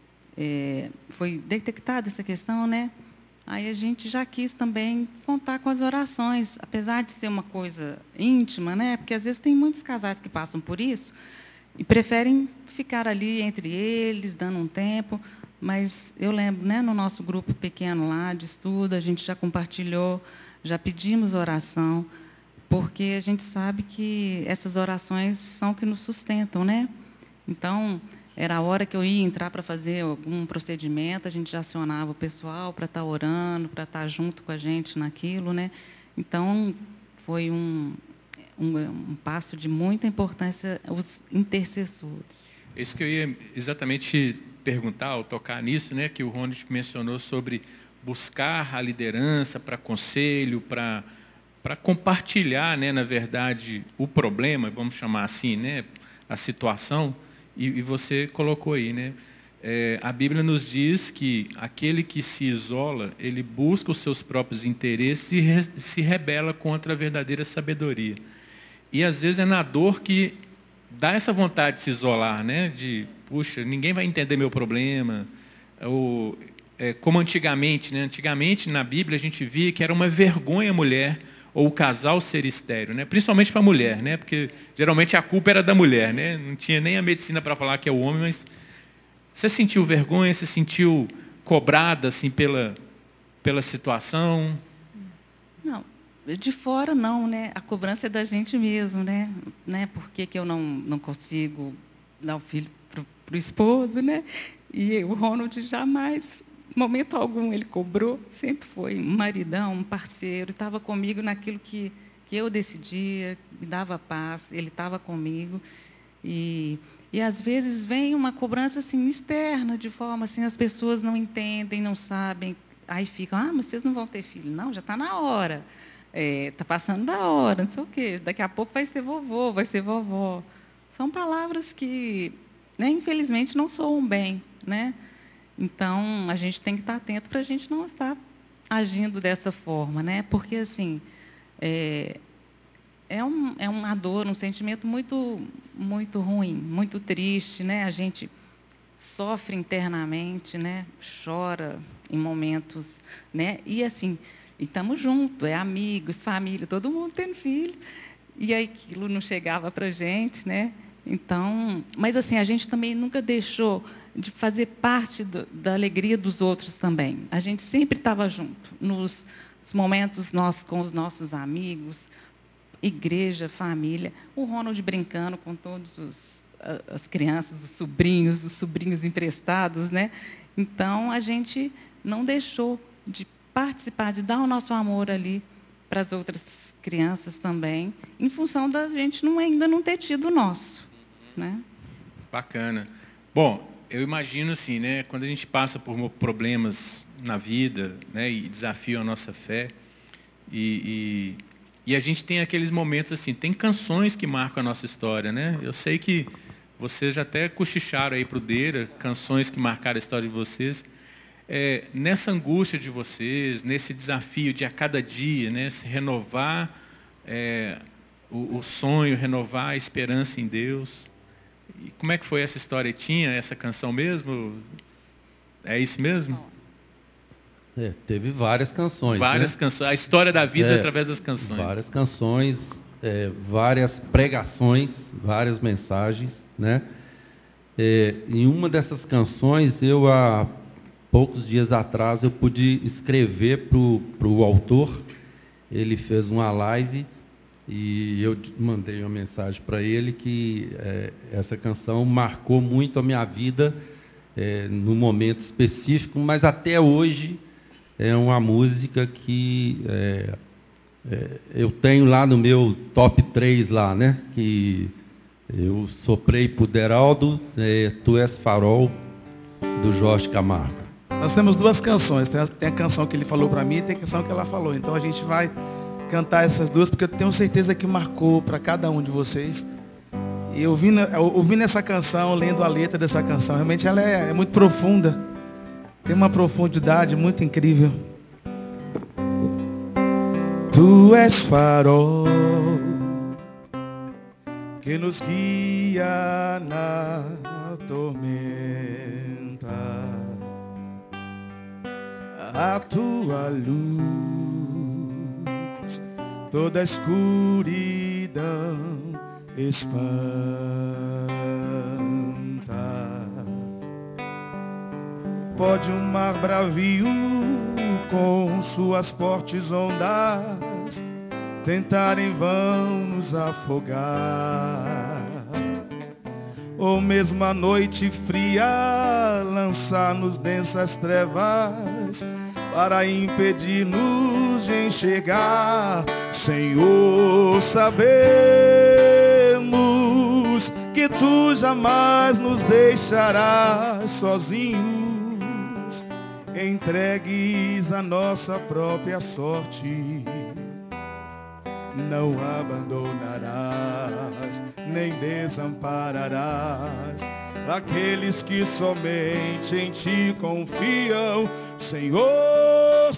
é, foi detectada essa questão, né, aí a gente já quis também contar com as orações, apesar de ser uma coisa íntima, né, porque às vezes tem muitos casais que passam por isso e preferem ficar ali entre eles, dando um tempo. Mas eu lembro, né, no nosso grupo pequeno lá de estudo, a gente já compartilhou, já pedimos oração, porque a gente sabe que essas orações são que nos sustentam, né? Então, era a hora que eu ia entrar para fazer algum procedimento, a gente já acionava o pessoal para estar orando, para estar junto com a gente naquilo, né? Então, foi um, um, um passo de muita importância os intercessores. Isso que eu ia exatamente perguntar, ou tocar nisso, né, que o Ronald mencionou sobre buscar a liderança para conselho, para para compartilhar, né, na verdade, o problema, vamos chamar assim, né, a situação, e, e você colocou aí, né, é, a Bíblia nos diz que aquele que se isola, ele busca os seus próprios interesses e re, se rebela contra a verdadeira sabedoria. E às vezes é na dor que dá essa vontade de se isolar, né, de puxa, ninguém vai entender meu problema. Ou, é, como antigamente, né? Antigamente, na Bíblia, a gente via que era uma vergonha a mulher ou o casal ser estéril, né? Principalmente para a mulher, né? Porque geralmente a culpa era da mulher, né? Não tinha nem a medicina para falar que é o homem, mas você sentiu vergonha, você sentiu cobrada assim, pela, pela situação? Não, de fora não, né? A cobrança é da gente mesmo, né? né? Por que, que eu não, não consigo dar o filho para o esposo, né? E o Ronald jamais, momento algum, ele cobrou, sempre foi um maridão, um parceiro, estava comigo naquilo que, que eu decidia, me dava paz, ele estava comigo. E, e, às vezes, vem uma cobrança assim, externa, de forma assim, as pessoas não entendem, não sabem, aí ficam, ah, mas vocês não vão ter filho. Não, já está na hora, está é, passando da hora, não sei o quê, daqui a pouco vai ser vovô, vai ser vovó. São palavras que, né, infelizmente, não soam bem, né? Então, a gente tem que estar atento para a gente não estar agindo dessa forma, né? Porque, assim, é, é, um, é uma dor, um sentimento muito, muito ruim, muito triste, né? A gente sofre internamente, né? Chora em momentos, né? E, assim, e estamos juntos, é amigos, família, todo mundo tendo filho, e aí aquilo não chegava para a gente, né? Então, mas assim, a gente também nunca deixou de fazer parte do, da alegria dos outros também. A gente sempre estava junto, nos, nos momentos nossos com os nossos amigos, igreja, família. O Ronald brincando com todos os, as crianças, os sobrinhos, os sobrinhos emprestados, né? Então, a gente não deixou de participar, de dar o nosso amor ali para as outras crianças também, em função da gente não, ainda não ter tido o nosso, né? Bacana. Bom, eu imagino assim, né, quando a gente passa por problemas na vida, né, e desafiam a nossa fé, e, e, e a gente tem aqueles momentos assim, tem canções que marcam a nossa história, né? Eu sei que vocês já até cochicharam aí para o Deira, canções que marcaram a história de vocês. É, nessa angústia de vocês, nesse desafio de a cada dia, né, se renovar é, o, o sonho, renovar a esperança em Deus. E como é que foi essa história? Tinha essa canção mesmo? É isso mesmo? É, teve várias canções. Várias né? canções. A história da vida é, através das canções. Várias canções, é, várias pregações, várias mensagens, né? É, em uma dessas canções, eu há poucos dias atrás eu pude escrever para o autor. Ele fez uma live e eu mandei uma mensagem para ele que é, essa canção marcou muito a minha vida é, no momento específico, mas até hoje é uma música que é, é, eu tenho lá no meu top três lá, né? Que eu soprei para o Deraldo, é, Tu És Farol, do Jorge Camargo. Nós temos duas canções, tem a, tem a canção que ele falou para mim e tem a canção que ela falou. Então a gente vai cantar essas duas, porque eu tenho certeza que marcou para cada um de vocês. E ouvindo, ouvindo essa canção, lendo a letra dessa canção, realmente ela é, é muito profunda. Tem uma profundidade muito incrível. Tu és farol que nos guia na tormenta, a tua luz toda a escuridão espanta. Pode um mar bravio com suas fortes ondas tentar em vão nos afogar, ou mesmo a noite fria lançar-nos densas trevas para impedir-nos de enxergar. Senhor, sabemos que Tu jamais nos deixarás sozinhos, entregues a nossa própria sorte. Não abandonarás, nem desampararás aqueles que somente em Ti confiam. Senhor,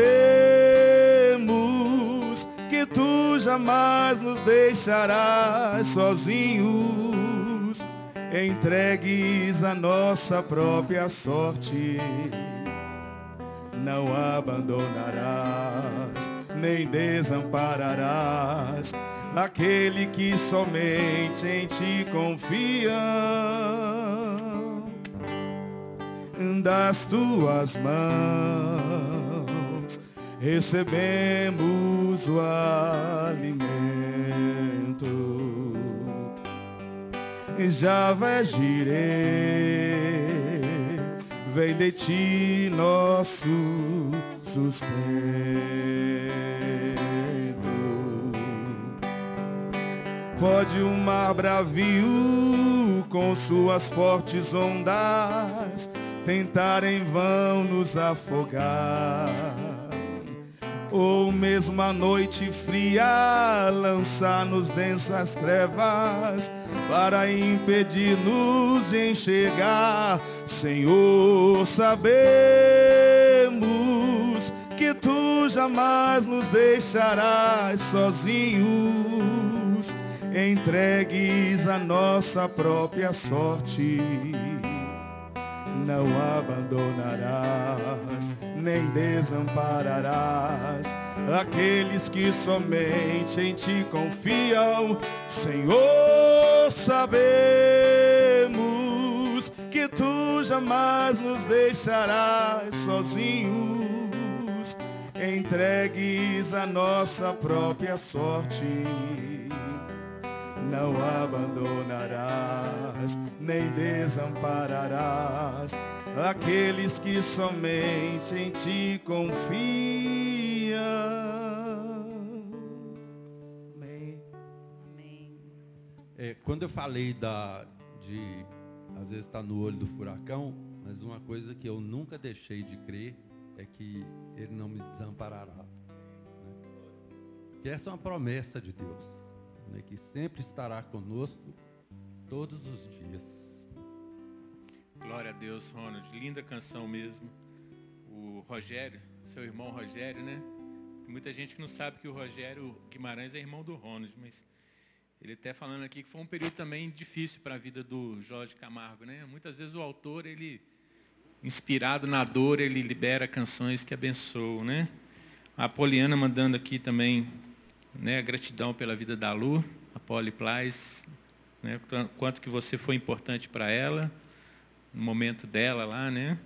sabemos que Tu jamais nos deixarás sozinhos, entregues a nossa própria sorte. Não abandonarás, nem desampararás aquele que somente em Ti confia. Das Tuas mãos recebemos o alimento. Javé Jireh, vem de Ti nosso sustento. Pode o mar bravio com suas fortes ondas tentar em vão nos afogar, ou mesmo a noite fria lançar-nos densas trevas para impedir-nos de enxergar. Senhor, sabemos que Tu jamais nos deixarás sozinhos, entregues a nossa própria sorte. Não abandonarás, nem desampararás aqueles que somente em Ti confiam. Senhor, sabemos que Tu jamais nos deixarás sozinhos, entregues a nossa própria sorte. Não abandonarás, nem desampararás aqueles que somente em ti confiam. Amém. Amém. É, quando eu falei da, de, às vezes está no olho do furacão, mas uma coisa que eu nunca deixei de crer é que Ele não me desamparará. Né? Que essa é uma promessa de Deus, né? Que sempre estará conosco todos os dias. Glória a Deus, Ronald. Linda canção mesmo. O Rogério, seu irmão Rogério, né? Tem muita gente que não sabe que o Rogério Guimarães é irmão do Ronald, mas ele até falando aqui que foi um período também difícil para a vida do Jorge Camargo, né? Muitas vezes o autor, ele, inspirado na dor, ele libera canções que abençoam, né? A Poliana mandando aqui também, né, a gratidão pela vida da Lu, a Poli Plais, né? Quanto que você foi importante para ela, no momento dela lá, né?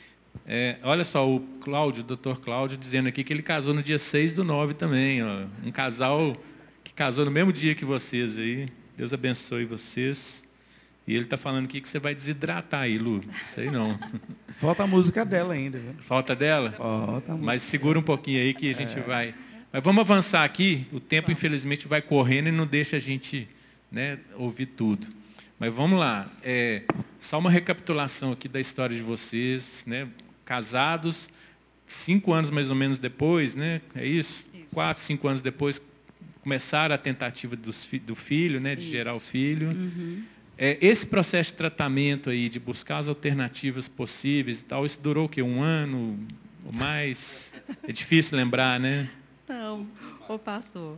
É, olha só, o Cláudio, o doutor Cláudio, dizendo aqui que ele casou no dia seis do nove também, ó. Um casal que casou no mesmo dia que vocês aí. Deus abençoe vocês. E ele está falando aqui que você vai desidratar aí, Lu. Sei não. Falta a música dela ainda, viu? Falta dela? Falta a música. Mas segura um pouquinho aí que a gente é. vai... Mas vamos avançar aqui. O tempo, infelizmente, vai correndo e não deixa a gente, né, ouvir tudo. Mas vamos lá. É, só uma recapitulação aqui da história de vocês, né? Casados, cinco anos mais ou menos depois, né? É isso? isso. Quatro, cinco anos depois, começaram a tentativa dos, do filho, né? De isso. gerar o filho. Uhum. É, esse processo de tratamento aí, de buscar as alternativas possíveis e tal, isso durou o quê? Um ano ou mais? É difícil lembrar, né? Não, ô pastor,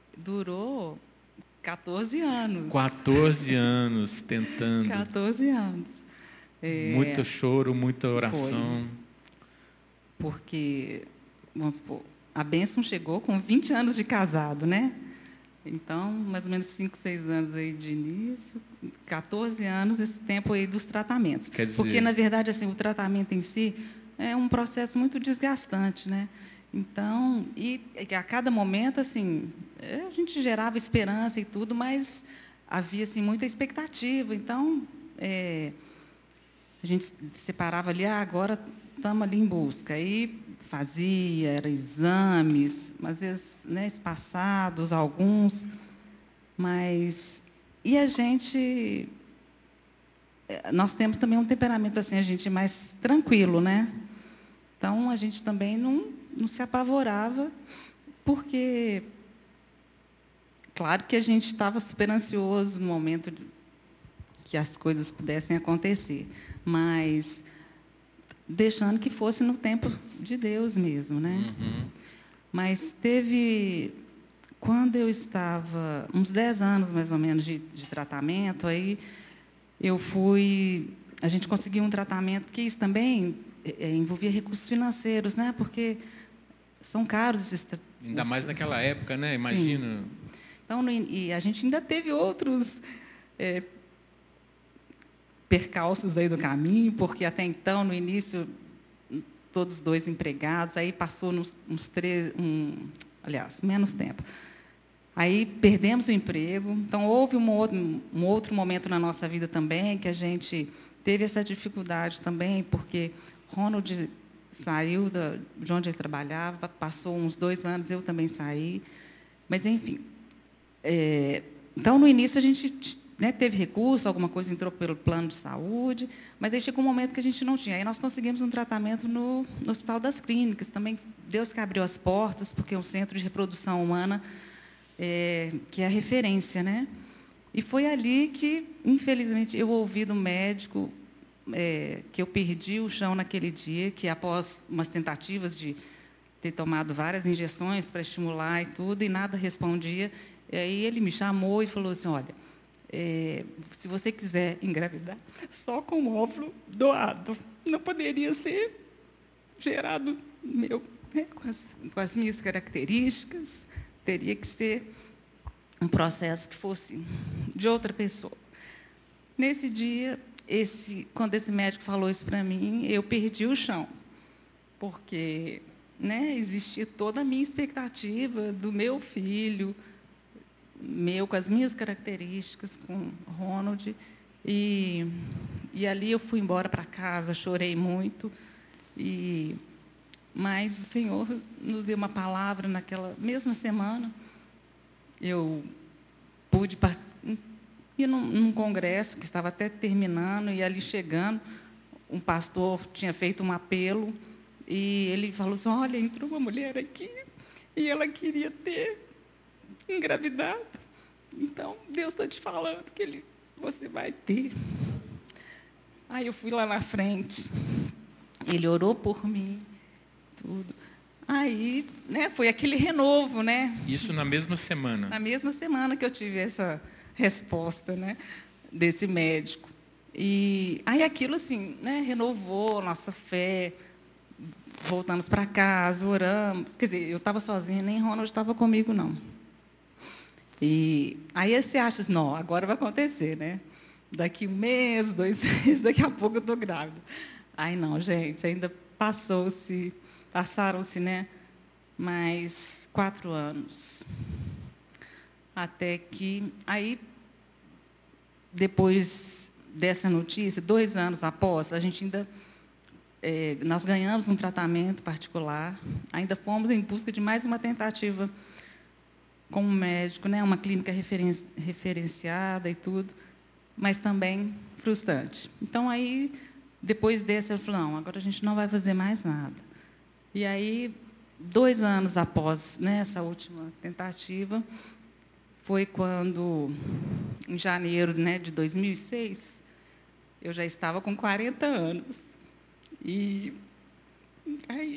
durou quatorze anos. quatorze anos tentando. quatorze anos. É, muito choro, muita oração. Foi. Porque, vamos supor, a bênção chegou com vinte anos de casado, né? Então, mais ou menos cinco, seis anos aí de início, quatorze anos, esse tempo aí dos tratamentos. Quer dizer... Porque, na verdade, assim, o tratamento em si é um processo muito desgastante, né? Então, e a cada momento, assim, a gente gerava esperança e tudo, mas havia, assim, muita expectativa. Então, é, a gente separava ali, ah, agora estamos ali em busca. Aí fazia, era exames, às vezes, né, espaçados, alguns, mas... E a gente... Nós temos também um temperamento, assim, a gente mais tranquilo, né? Então, a gente também não... não se apavorava, porque, claro que a gente estava super ansioso no momento de que as coisas pudessem acontecer, mas deixando que fosse no tempo de Deus mesmo, né? Uhum. Mas teve, quando eu estava, uns dez anos mais ou menos de, de tratamento, aí eu fui, a gente conseguiu um tratamento, que isso também é, envolvia recursos financeiros, né? Porque são caros esses... Ainda mais naquela época, né? Imagina. Sim. Então, no, e a gente ainda teve outros é, percalços aí do caminho, porque até então, no início, todos dois empregados, aí passou uns, uns três... Um, aliás, menos tempo. Aí perdemos o emprego. Então, houve um outro, um outro momento na nossa vida também, que a gente teve essa dificuldade também, porque Ronald... saiu da, de onde ele trabalhava, passou uns dois anos, eu também saí. Mas, enfim. É, então, no início, a gente, né, teve recurso, alguma coisa entrou pelo plano de saúde, mas aí chegou um momento que a gente não tinha. Aí nós conseguimos um tratamento no, no Hospital das Clínicas. Também, Deus que abriu as portas, porque é um centro de reprodução humana, é, que é a referência, né? E foi ali que, infelizmente, eu ouvi do médico... É, que eu perdi o chão naquele dia, que após umas tentativas de ter tomado várias injeções para estimular e tudo, e nada respondia. E aí ele me chamou e falou assim, olha, é, se você quiser engravidar, só com óvulo doado. Não poderia ser gerado meu, né, com, as, com as minhas características, teria que ser um processo que fosse de outra pessoa. Nesse dia... Esse, quando esse médico falou isso para mim, eu perdi o chão, porque né, existia toda a minha expectativa do meu filho, meu, com as minhas características, com Ronald. E, e ali eu fui embora para casa, chorei muito. E, mas o Senhor nos deu uma palavra naquela mesma semana. Eu pude ir num, num congresso que estava até terminando, e ali chegando, um pastor tinha feito um apelo, e ele falou assim: olha, entrou uma mulher aqui, e ela queria ter engravidado. Então, Deus está te falando que ele, você vai ter. Aí eu fui lá na frente, ele orou por mim, tudo. Aí, né, foi aquele renovo, né? Isso na mesma semana? Na mesma semana que eu tive essa resposta, né, desse médico. E aí aquilo, assim, né, renovou nossa fé. Voltamos para casa, oramos. Quer dizer, eu estava sozinha, nem Ronald estava comigo, não. E aí você acha assim, não, agora vai acontecer, né? Daqui um mês, dois meses, daqui a pouco eu estou grávida. Aí não, gente, ainda passou-se, passaram-se, né, mais quatro anos. Até que, aí, depois dessa notícia, dois anos após, a gente ainda, é, nós ganhamos um tratamento particular, ainda fomos em busca de mais uma tentativa com um médico, né, uma clínica referen referenciada e tudo, mas também frustrante. Então, aí, depois dessa, eu falei, não, agora a gente não vai fazer mais nada. E aí, dois anos após, né, essa última tentativa, foi quando, em janeiro, né, de dois mil e seis, eu já estava com quarenta anos. E aí,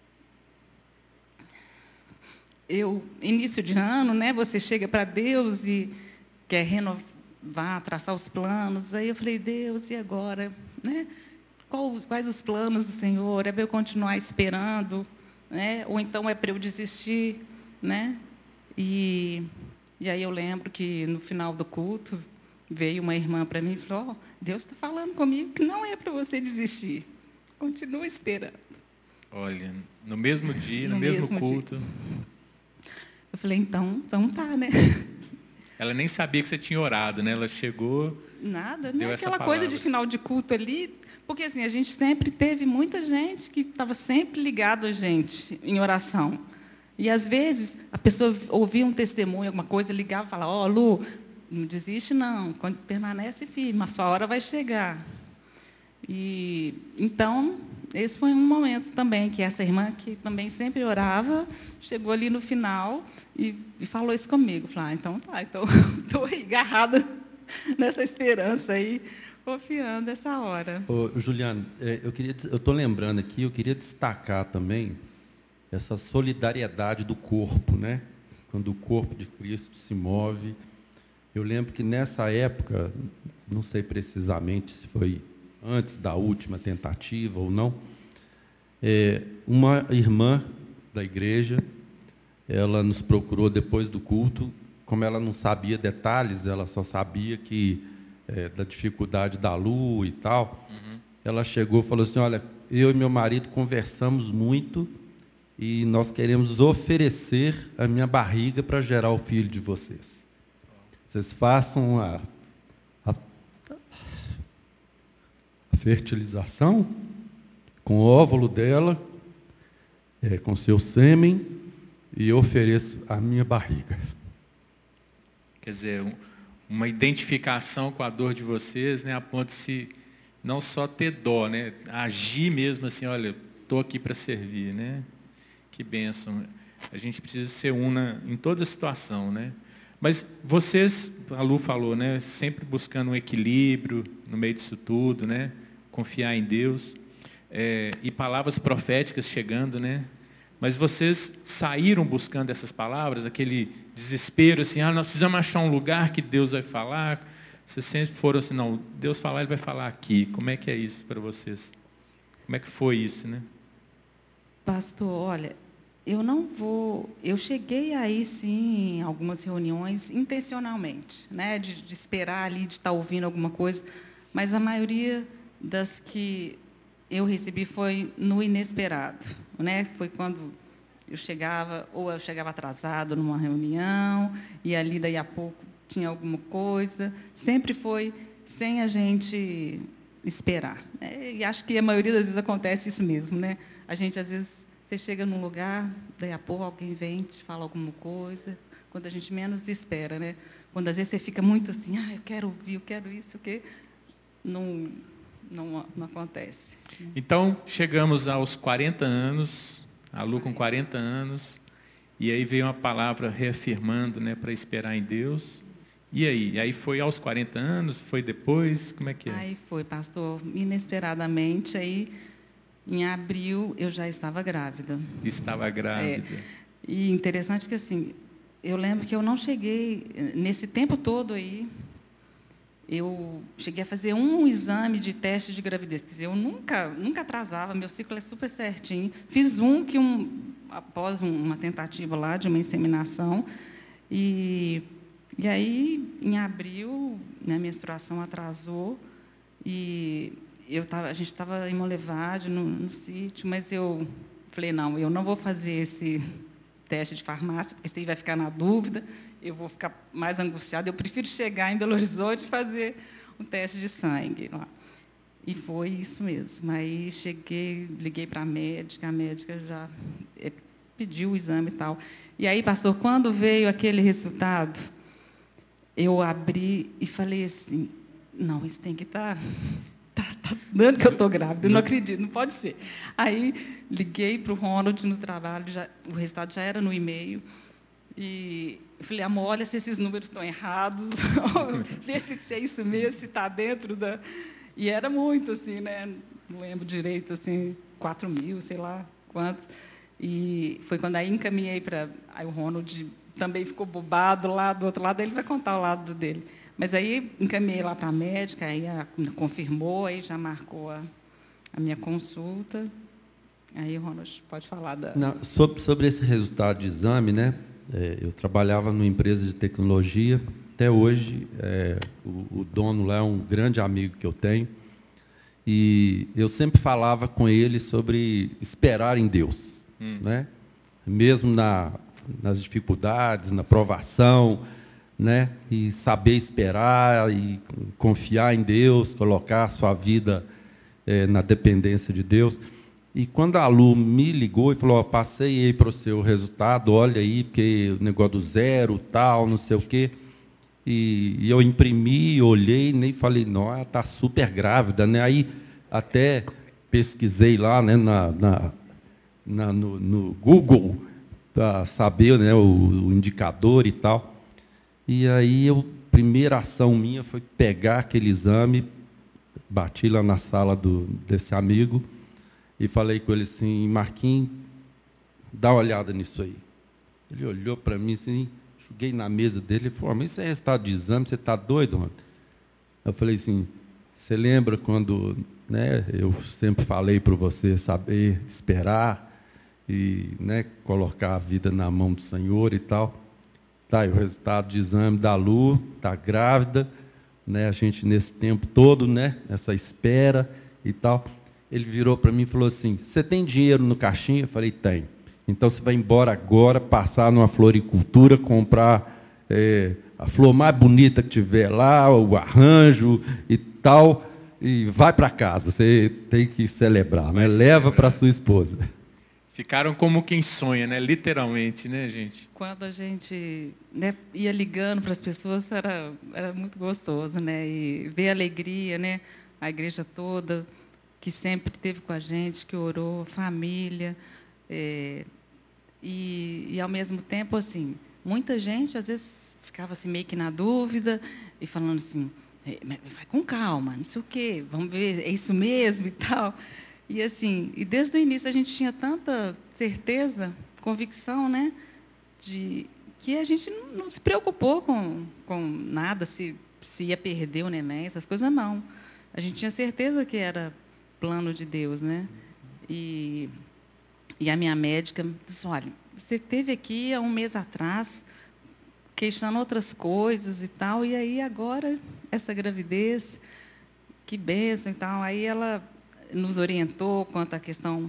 eu, início de ano, né, você chega para Deus e quer renovar, traçar os planos. Aí eu falei, Deus, e agora? Né? Qual, quais os planos do Senhor? É para eu continuar esperando? Né? Ou então é para eu desistir? Né? E, e aí eu lembro que, no final do culto, veio uma irmã para mim e falou, oh, Deus está falando comigo que não é para você desistir. Continua esperando. Olha, no mesmo dia, no, no mesmo, mesmo culto. Dia. Eu falei, então, então tá, né? Ela nem sabia que você tinha orado, né? Ela chegou... Nada, né? Aquela coisa de final de culto ali, porque assim, a gente sempre teve muita gente que estava sempre ligado a gente em oração. E, às vezes, a pessoa ouvia um testemunho, alguma coisa, ligava e falava, ó, oh, Lu, não desiste não, permanece firme, a sua hora vai chegar. E, então, esse foi um momento também, que essa irmã, que também sempre orava, chegou ali no final e, e falou isso comigo. Falei, ah, então tá, então estou agarrada nessa esperança aí, confiando essa hora. Ô, Juliana, eu queria, eu estou lembrando aqui, eu queria destacar também essa solidariedade do corpo, né? Quando o corpo de Cristo se move. Eu lembro que nessa época, não sei precisamente se foi antes da última tentativa ou não, é, uma irmã da igreja, ela nos procurou depois do culto, como ela não sabia detalhes, ela só sabia que é, da dificuldade da Lu e tal, uhum. Ela chegou e falou assim, olha, eu e meu marido conversamos muito e nós queremos oferecer a minha barriga para gerar o filho de vocês. Vocês façam a, a, a fertilização com o óvulo dela, é, com seu sêmen, e eu ofereço a minha barriga. Quer dizer, um, uma identificação com a dor de vocês, né, a ponto de se não só ter dó, né, agir mesmo assim, olha, estou aqui para servir, né? Que bênção. A gente precisa ser una em toda situação, né? Mas vocês, a Lu falou, né, sempre buscando um equilíbrio no meio disso tudo, né? Confiar em Deus, é, e palavras proféticas chegando, né? Mas vocês saíram buscando essas palavras, aquele desespero, assim, ah, nós precisamos achar um lugar que Deus vai falar. Vocês sempre foram assim, não, Deus falar, Ele vai falar aqui. Como é que é isso para vocês? Como é que foi isso, né? Pastor, olha, eu não vou... Eu cheguei aí, sim, em algumas reuniões, intencionalmente, né? De, de esperar ali, de estar ouvindo alguma coisa, mas a maioria das que eu recebi foi no inesperado. né? Foi quando eu chegava, ou eu chegava atrasado numa reunião, e ali daí a pouco tinha alguma coisa. Sempre foi sem a gente esperar. Né? E acho que a maioria das vezes acontece isso mesmo, né? A gente, às vezes, você chega num lugar, daí a pouco alguém vem, te fala alguma coisa, quando a gente menos espera, né? Quando, às vezes, você fica muito assim, ah, eu quero ouvir, eu quero isso, o quê? Não, não, não acontece. Então, chegamos aos quarenta anos, a Lu com quarenta anos, e aí veio uma palavra reafirmando, né, para esperar em Deus. E aí? E aí foi aos quarenta anos, foi depois, como é que é? Aí foi, pastor, inesperadamente, aí, em abril, eu já estava grávida. Estava grávida. É, e interessante que, assim, eu lembro que eu não cheguei, nesse tempo todo aí, eu cheguei a fazer um exame de teste de gravidez. Quer dizer, eu nunca, nunca atrasava, meu ciclo é super certinho. Fiz um que, um, após uma tentativa lá de uma inseminação, e, e aí, em abril, minha menstruação atrasou, e eu tava, a gente estava em Monlevade, no, no sítio, mas eu falei, não, eu não vou fazer esse teste de farmácia, porque isso aí vai ficar na dúvida, eu vou ficar mais angustiada, eu prefiro chegar em Belo Horizonte e fazer um teste de sangue lá. E foi isso mesmo. Aí cheguei, liguei para a médica, a médica já é, pediu o exame e tal. E aí, pastor, quando veio aquele resultado, eu abri e falei assim, não, isso tem que estar... Tá, tá dando que eu estou grávida, eu não acredito, não pode ser. Aí, liguei para o Ronald no trabalho, já, o resultado já era no e-mail, e eu falei, amor, olha se esses números estão errados, vê se, se é isso mesmo, se está dentro da... E era muito, assim, né? Não lembro direito, assim, quatro mil, sei lá quantos. E foi quando aí encaminhei para... Aí o Ronald também ficou bobado lá do outro lado, ele vai contar o lado dele. Mas aí encaminhei lá para a médica, aí a, confirmou, aí já marcou a, a minha consulta. Aí o Ronald pode falar da... Não, sobre, sobre esse resultado de exame, né? É, eu trabalhava numa empresa de tecnologia, até hoje é, o, o dono lá é um grande amigo que eu tenho, e eu sempre falava com ele sobre esperar em Deus, hum. né? Mesmo na, nas dificuldades, na provação, né? E saber esperar e confiar em Deus, colocar a sua vida é, na dependência de Deus. E quando a Lu me ligou e falou, oh, passei aí para o seu resultado, olha aí, porque o negócio do zero, tal, não sei o quê. E, e eu imprimi, olhei, nem falei, não, ela está super grávida, né? Aí até pesquisei lá, né, na, na, na, no, no Google, para saber, né, o, o indicador e tal. E aí, eu, a primeira ação minha foi pegar aquele exame, bati lá na sala do, desse amigo, e falei com ele assim, Marquinhos, dá uma olhada nisso aí. Ele olhou para mim assim, joguei na mesa dele e falou, mas isso é resultado de exame, você está doido, mano? Eu falei assim, você lembra quando, né, eu sempre falei para você saber esperar e, né, colocar a vida na mão do Senhor e tal? Tá aí o resultado de exame da Lu, está grávida, né, a gente nesse tempo todo, né, essa espera e tal. Ele virou para mim e falou assim, você tem dinheiro no caixinha? Eu falei, tem. Então, você vai embora agora, passar numa floricultura, comprar é, a flor mais bonita que tiver lá, o arranjo e tal, e vai para casa. Você tem que celebrar, né? Leva para sua esposa. Ficaram como quem sonha, né? Literalmente, né, gente? Quando a gente, né, ia ligando para as pessoas, era, era muito gostoso, né? E ver a alegria, né? A igreja toda, que sempre esteve com a gente, que orou, família, é, e, e, ao mesmo tempo, assim, muita gente, às vezes, ficava assim, meio que na dúvida, e falando assim, vai com calma, não sei o quê, vamos ver, é isso mesmo e tal. E, assim, e desde o início a gente tinha tanta certeza, convicção, né, de que a gente não, não se preocupou com, com nada, se, se ia perder o neném, essas coisas, não. A gente tinha certeza que era plano de Deus, né? E, e a minha médica disse, olha, você esteve aqui há um mês atrás, questionando outras coisas e tal, e aí agora, essa gravidez, que bênção e tal. Aí ela nos orientou quanto à questão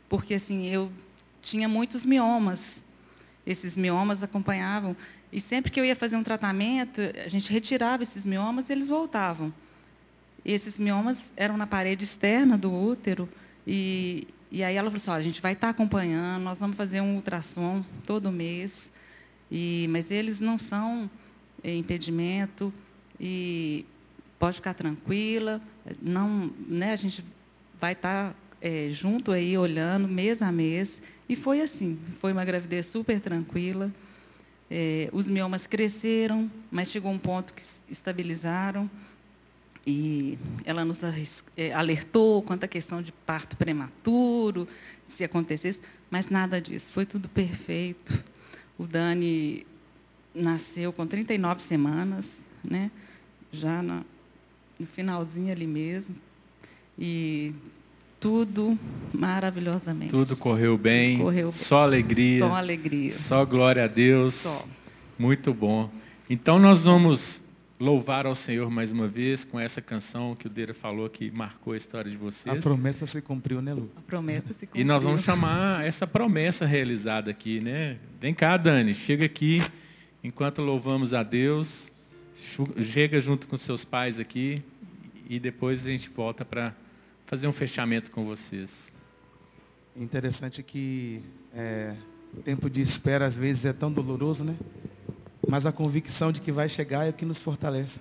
porque assim, eu tinha muitos miomas. Esses miomas acompanhavam. E sempre que eu ia fazer um tratamento, a gente retirava esses miomas e eles voltavam. E esses miomas eram na parede externa do útero. E, e aí ela falou assim, ó, a gente vai estar acompanhando, nós vamos fazer um ultrassom todo mês. E, mas eles não são é, impedimento. E pode ficar tranquila. Não, né, a gente vai estar é, junto aí, olhando, mês a mês. E foi assim, foi uma gravidez super tranquila. É, os miomas cresceram, mas chegou um ponto que estabilizaram. E ela nos é, alertou quanto à questão de parto prematuro, se acontecesse, mas nada disso, foi tudo perfeito. O Dani nasceu com trinta e nove semanas, né, já na, no finalzinho ali mesmo. E tudo maravilhosamente. Tudo correu bem, correu só alegria. Só alegria. Só glória a Deus. Só. Muito bom. Então nós vamos louvar ao Senhor mais uma vez com essa canção que o Deira falou que marcou a história de vocês. A promessa se cumpriu, né, Lu? A promessa se cumpriu. E nós vamos chamar essa promessa realizada aqui, né? Vem cá, Dani, chega aqui, enquanto louvamos a Deus, chega junto com seus pais aqui e depois a gente volta para fazer um fechamento com vocês. Interessante que é, o tempo de espera às vezes é tão doloroso, né? Mas a convicção de que vai chegar é o que nos fortalece.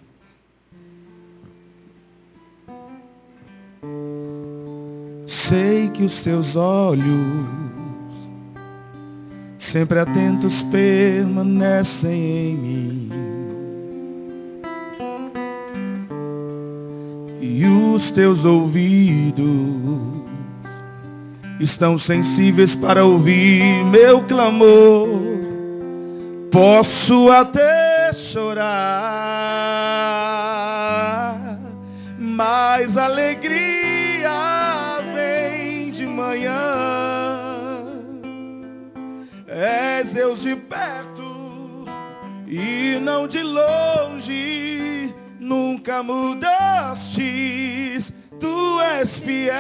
Sei que os seus olhos, sempre atentos, permanecem em mim. E os teus ouvidos estão sensíveis para ouvir meu clamor. Posso até chorar, mas a alegria vem de manhã. És Deus de perto e não de longe, nunca mudastes, tu és fiel.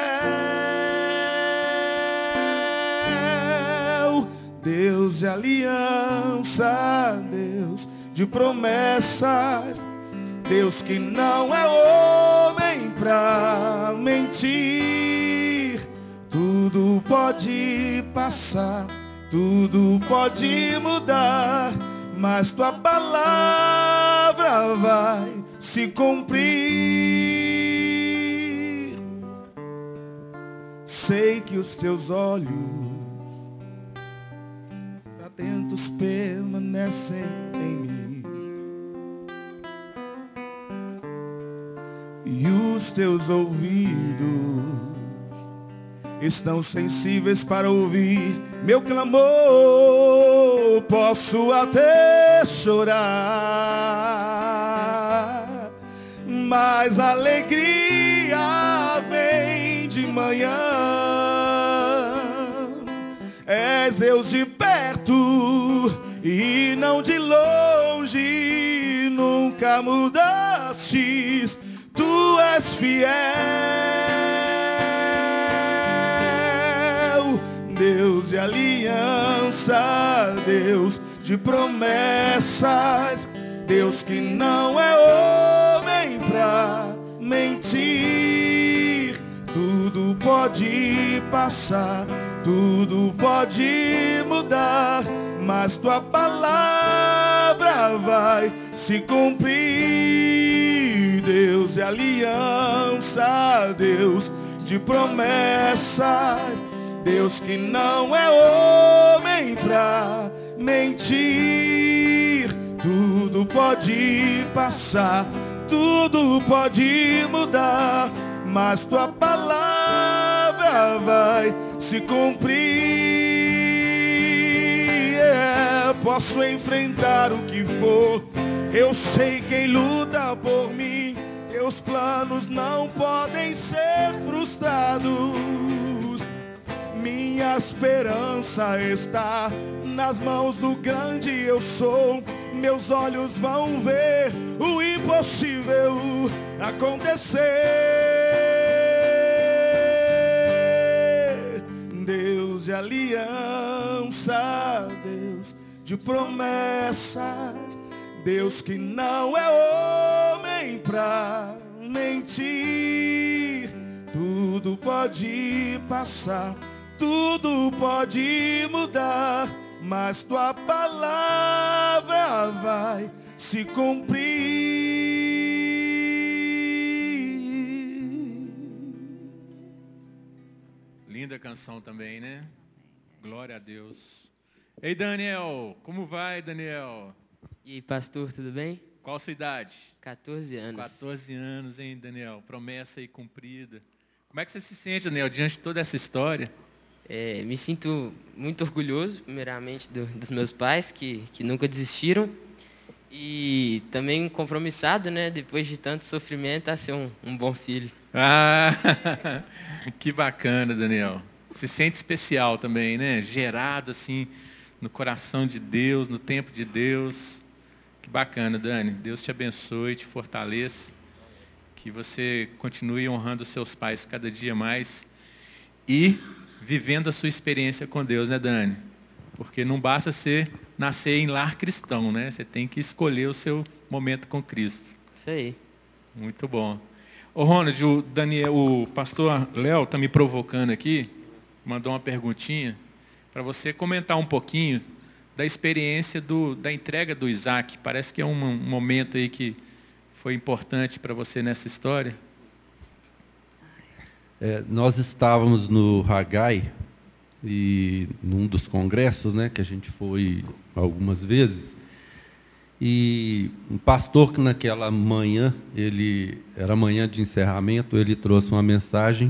Deus de aliança, Deus de promessas, Deus que não é homem pra mentir. Tudo pode passar, tudo pode mudar, mas tua palavra vai se cumprir. Sei que os teus olhos atentos permanecem em mim, e os teus ouvidos estão sensíveis para ouvir meu clamor. Posso até chorar, mas a alegria vem de manhã. És Deus de perto e não de longe, nunca mudastes, tu és fiel. Deus de aliança, Deus de promessas, Deus que não é homem pra mentir. Tudo pode passar, tudo pode mudar, mas tua palavra vai se cumprir. Deus de aliança, Deus de promessas, Deus que não é homem pra mentir. Tudo pode passar, tudo pode mudar, mas tua palavra vai se cumprir. É, posso enfrentar o que for, eu sei quem luta por mim. Teus planos não podem ser frustrados. Minha esperança está nas mãos do grande eu sou. Meus olhos vão ver o impossível acontecer. Deus de aliança, Deus de promessas, Deus que não é homem pra mentir. Tudo pode passar, tudo pode mudar, mas tua palavra vai se cumprir. Linda canção também, né? Glória a Deus. Ei, Daniel, como vai, Daniel? E aí, pastor, tudo bem? Qual a sua idade? quatorze anos. quatorze anos, hein, Daniel? Promessa aí cumprida. Como é que você se sente, Daniel, diante de toda essa história? É, me sinto muito orgulhoso, primeiramente, do, dos meus pais, que, que nunca desistiram. E também compromissado, né, depois de tanto sofrimento, a ser um, um bom filho. Ah, que bacana, Daniel. Se sente especial também, né? Gerado, assim, no coração de Deus, no tempo de Deus. Que bacana, Dani. Deus te abençoe, te fortaleça. Que você continue honrando os seus pais cada dia mais. E vivendo a sua experiência com Deus, né, Dani? Porque não basta ser, nascer em lar cristão, né? Você tem que escolher o seu momento com Cristo. Isso aí. Muito bom. Ô, Ronald, o, Daniel, o pastor Léo está me provocando aqui, mandou uma perguntinha, para você comentar um pouquinho da experiência do, da entrega do Isaac. Parece que é um, um momento aí que foi importante para você nessa história. É, nós estávamos no Haggai, e num dos congressos, né, que a gente foi algumas vezes, e um pastor que naquela manhã, ele era manhã de encerramento, ele trouxe uma mensagem,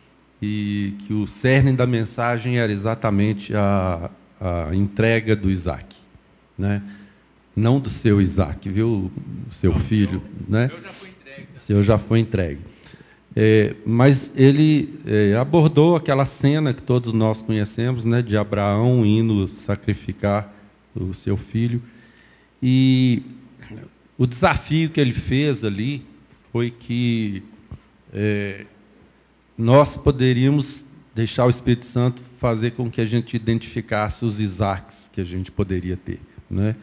e que o cerne da mensagem era exatamente a, a entrega do Isaac, né? Não do seu Isaac, viu, o seu filho, né? Eu já fui entregue. O seu já foi entregue. É, mas ele é, abordou aquela cena que todos nós conhecemos, né, de Abraão indo sacrificar o seu filho. E o desafio que ele fez ali foi que é, nós poderíamos deixar o Espírito Santo fazer com que a gente identificasse os Isaques que a gente poderia ter, né?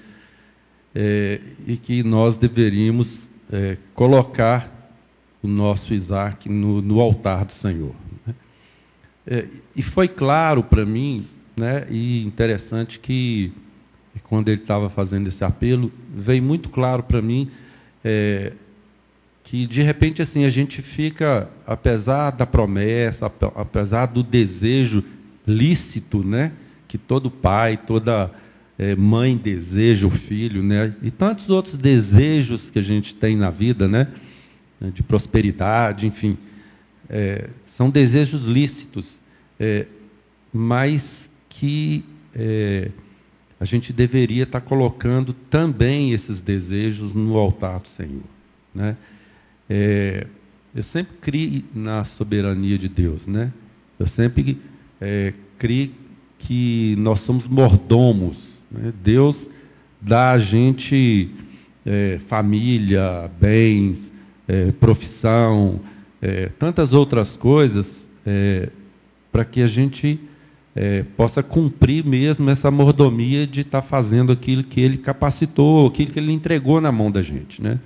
É, e que nós deveríamos é, colocar o nosso Isaac no, no altar do Senhor, né? É, e foi claro para mim, né, e interessante que, quando ele estava fazendo esse apelo, veio muito claro para mim é, que, de repente, assim, a gente fica, apesar da promessa, apesar do desejo lícito, né, que todo pai, toda é, mãe deseja o filho, né, e tantos outros desejos que a gente tem na vida, né, de prosperidade, enfim, é, são desejos lícitos, é, mas que é, a gente deveria estar colocando também esses desejos no altar do Senhor, né? É, eu sempre criei na soberania de Deus, né? Eu sempre é, criei que nós somos mordomos, né? Deus dá a gente é, família, bens, É, profissão, é, tantas outras coisas, é, para que a gente é, possa cumprir mesmo essa mordomia de estar tá fazendo aquilo que Ele capacitou, aquilo que Ele entregou na mão da gente, né?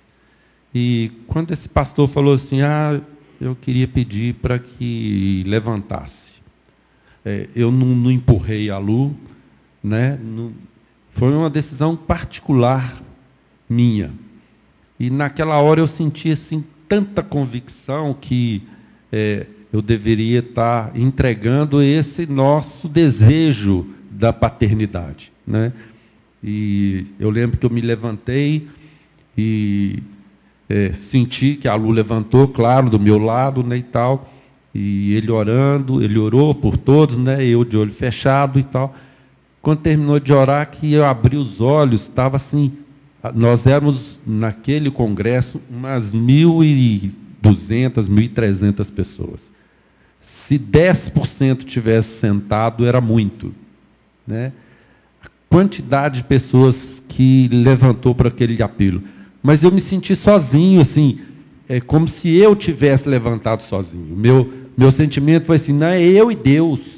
E quando esse pastor falou assim, ah, eu queria pedir para que levantasse. É, eu não, não empurrei a Lu, né? Não, foi uma decisão particular minha. E naquela hora eu senti assim, tanta convicção que é, eu deveria estar entregando esse nosso desejo da paternidade, né? E eu lembro que eu me levantei e é, senti que a Lu levantou, claro, do meu lado, né, e tal, e ele orando, ele orou por todos, né, eu de olho fechado e tal. Quando terminou de orar, que eu abri os olhos, estava assim. Nós éramos, naquele congresso, umas mil e duzentas, mil e trezentas pessoas. Se dez por cento tivesse sentado, era muito, né? A quantidade de pessoas que levantou para aquele apelo. Mas eu me senti sozinho, assim, é como se eu tivesse levantado sozinho. Meu, meu sentimento foi assim, não é eu e Deus.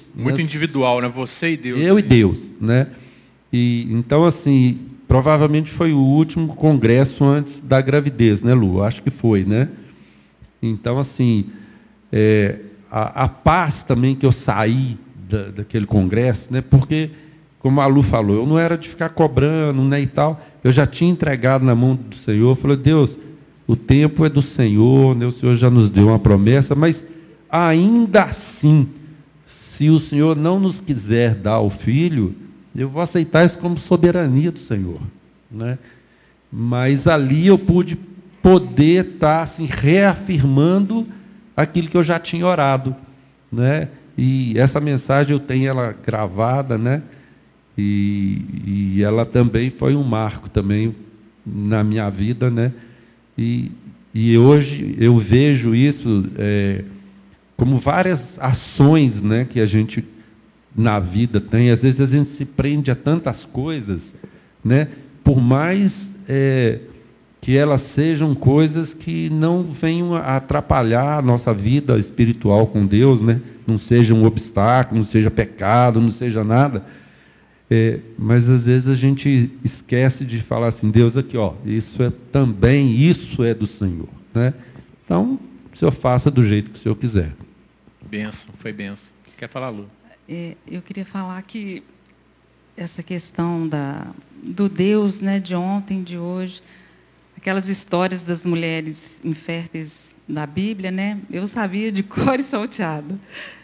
Muito né? individual, né? Você e Deus. Eu né? e Deus, né? E, então, assim, provavelmente foi o último congresso antes da gravidez, né, Lu? Acho que foi, né? Então, assim, é, a, a paz também que eu saí da, daquele congresso, né? Porque, como a Lu falou, eu não era de ficar cobrando, né, e tal. Eu já tinha entregado na mão do Senhor. Eu falei, Deus, o tempo é do Senhor, né? O Senhor já nos deu uma promessa, mas ainda assim, se o Senhor não nos quiser dar o filho, eu vou aceitar isso como soberania do Senhor, né? Mas ali eu pude poder estar assim, reafirmando aquilo que eu já tinha orado, né? E essa mensagem eu tenho ela gravada, né? E, e ela também foi um marco também na minha vida, né? E, e hoje eu vejo isso é, como várias ações, né, que a gente na vida tem. Às vezes a gente se prende a tantas coisas, né? Por mais é, que elas sejam coisas que não venham a atrapalhar a nossa vida espiritual com Deus, né? Não seja um obstáculo, não seja pecado, não seja nada. É, mas às vezes a gente esquece de falar assim, Deus, aqui, ó, isso é também, isso é do Senhor, né? Então, o Senhor faça do jeito que o Senhor quiser. Benção, foi benção. Quer falar, Lu? É, eu queria falar que essa questão da, do Deus, né, de ontem, de hoje, aquelas histórias das mulheres inférteis da Bíblia, né? Eu sabia de cor e salteado.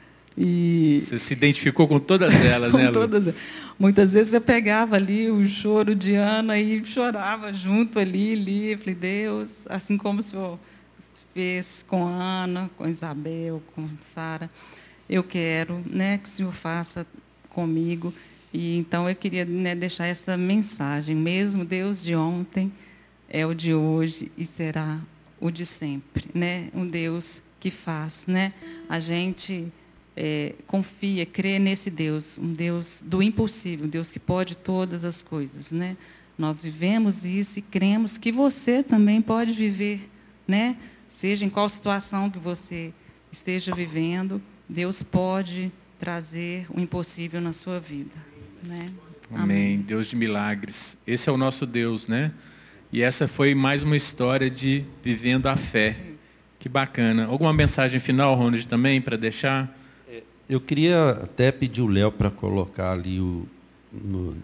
E você se identificou com todas elas, com né, Lu? Todas. Muitas vezes eu pegava ali o choro de Ana e chorava junto ali, ali. Falei, Deus, assim como o Senhor fez com Ana, com Isabel, com Sara, eu quero, né, que o Senhor faça comigo. E então eu queria, né, deixar essa mensagem. Mesmo Deus de ontem é o de hoje e será o de sempre, né? Um Deus que faz, né? A gente É, confia, crê nesse Deus, um Deus do impossível, um Deus que pode todas as coisas, né? Nós vivemos isso e cremos que você também pode viver, né? Seja em qual situação que você esteja vivendo, Deus pode trazer o impossível na sua vida, né? Amém. Amém. Deus de milagres. Esse é o nosso Deus, né? E essa foi mais uma história de vivendo a fé. Que bacana. Alguma mensagem final, Ronald, também, para deixar? Eu queria até pedir o Léo para colocar ali o, no,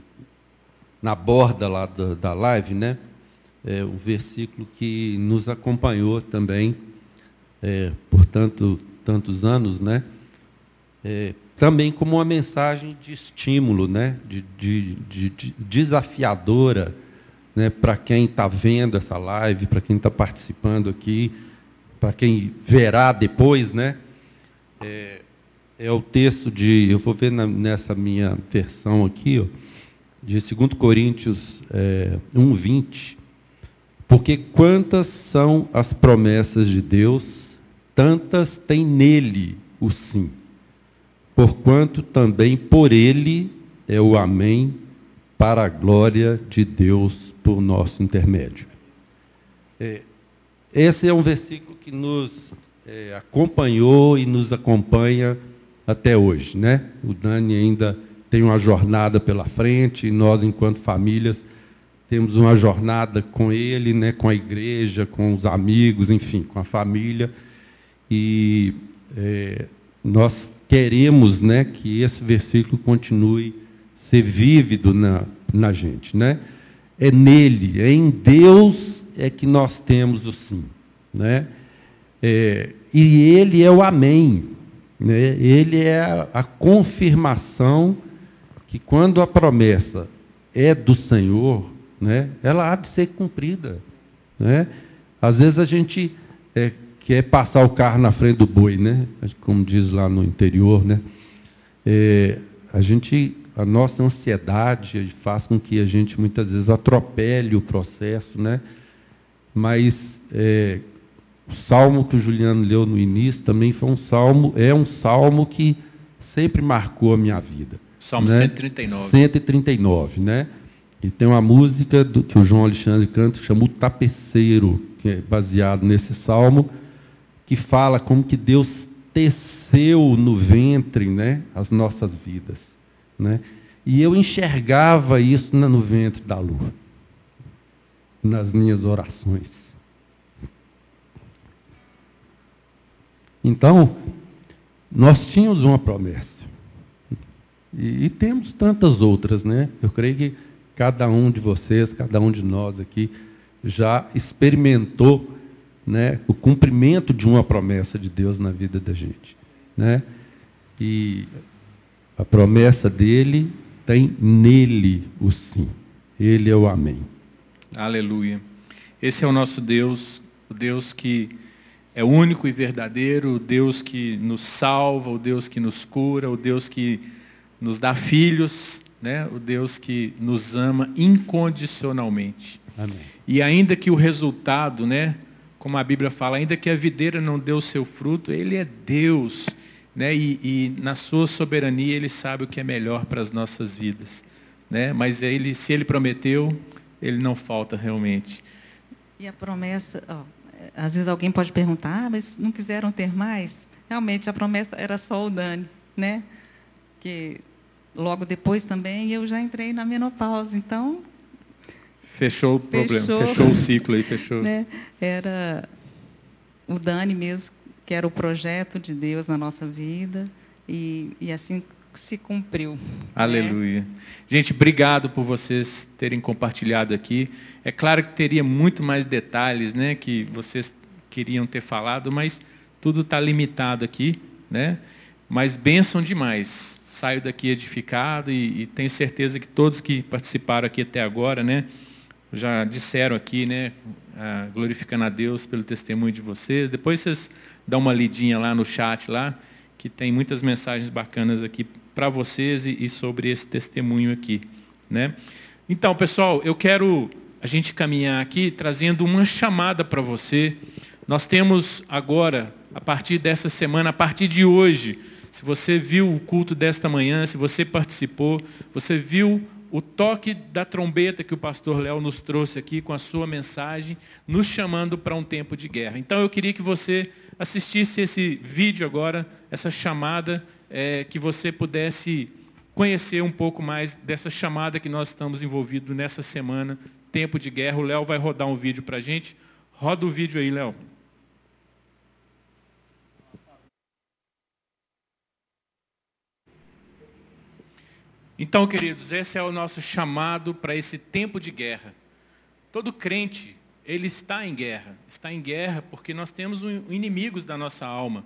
na borda lá da, da live, né? É, um versículo que nos acompanhou também é, por tanto, tantos anos, né? É, também como uma mensagem de estímulo, né? de, de, de, de desafiadora, né? Para quem está vendo essa live, para quem está participando aqui, para quem verá depois, né? É, É o texto de, eu vou ver na, nessa minha versão aqui, ó, de dois Coríntios é, um, vinte. Porque quantas são as promessas de Deus, tantas tem nele o sim. Porquanto também por ele é o amém, para a glória de Deus por nosso intermédio. É, esse é um versículo que nos é, acompanhou e nos acompanha até hoje, né? O Dani ainda tem uma jornada pela frente, e nós, enquanto famílias, temos uma jornada com ele, né? Com a igreja, com os amigos, enfim, com a família. E é, nós queremos, né, que esse versículo continue a ser vívido na, na gente, né? É nele, é em Deus é que nós temos o sim, né? É, e ele é o amém. Ele é a confirmação que, quando a promessa é do Senhor, né, ela há de ser cumprida. Né? Às vezes a gente é, quer passar o carro na frente do boi, né? Como diz lá no interior. Né? É, a, gente, a nossa ansiedade faz com que a gente, muitas vezes, atropele o processo. Né? Mas... É, o salmo que o Juliano leu no início também foi um salmo, é um salmo que sempre marcou a minha vida. Salmo né? cento e trinta e nove. cento e trinta e nove, né? E tem uma música do, que o João Alexandre canta, que chama O Tapeceiro, que é baseado nesse salmo, que fala como que Deus teceu no ventre, né, as nossas vidas, né? E eu enxergava isso no ventre da Lu, nas minhas orações. Então, nós tínhamos uma promessa. E, e temos tantas outras, né? Eu creio que cada um de vocês, cada um de nós aqui, já experimentou, né, o cumprimento de uma promessa de Deus na vida da gente, né? E a promessa dele tem nele o sim. Ele é o amém. Aleluia. Esse é o nosso Deus, o Deus que é único e verdadeiro, o Deus que nos salva, o Deus que nos cura, o Deus que nos dá filhos, né? O Deus que nos ama incondicionalmente. Amém. E ainda que o resultado, né, como a Bíblia fala, ainda que a videira não dê o seu fruto, Ele é Deus, né? E, e na sua soberania Ele sabe o que é melhor para as nossas vidas, né? Mas ele, se Ele prometeu, Ele não falta realmente. E a promessa, ó, às vezes alguém pode perguntar, ah, mas não quiseram ter mais? Realmente a promessa era só o Dani, né? Que logo depois também eu já entrei na menopausa, então Fechou o problema, Fechou. fechou o ciclo aí, fechou. né, era o Dani mesmo, que era o projeto de Deus na nossa vida, e, e assim se cumpriu. Aleluia. Né? Gente, obrigado por vocês terem compartilhado aqui. É claro que teria muito mais detalhes, né, que vocês queriam ter falado, mas tudo está limitado aqui, né? Mas bênção demais. Saio daqui edificado e, e tenho certeza que todos que participaram aqui até agora, né, já disseram aqui, né, ah, glorificando a Deus pelo testemunho de vocês. Depois vocês dão uma lidinha lá no chat, lá, que tem muitas mensagens bacanas aqui para vocês e, e sobre esse testemunho aqui, né? Então, pessoal, eu quero a gente caminhar aqui trazendo uma chamada para você. Nós temos agora, a partir dessa semana, a partir de hoje, se você viu o culto desta manhã, se você participou, você viu o toque da trombeta que o pastor Léo nos trouxe aqui com a sua mensagem, nos chamando para um tempo de guerra. Então eu queria que você assistisse esse vídeo agora, essa chamada, é, que você pudesse conhecer um pouco mais dessa chamada que nós estamos envolvidos nessa semana, tempo de guerra. O Léo vai rodar um vídeo para a gente. Roda o vídeo aí, Léo. Então, queridos, esse é o nosso chamado para esse tempo de guerra. Todo crente, ele está em guerra. Está em guerra porque nós temos inimigos da nossa alma.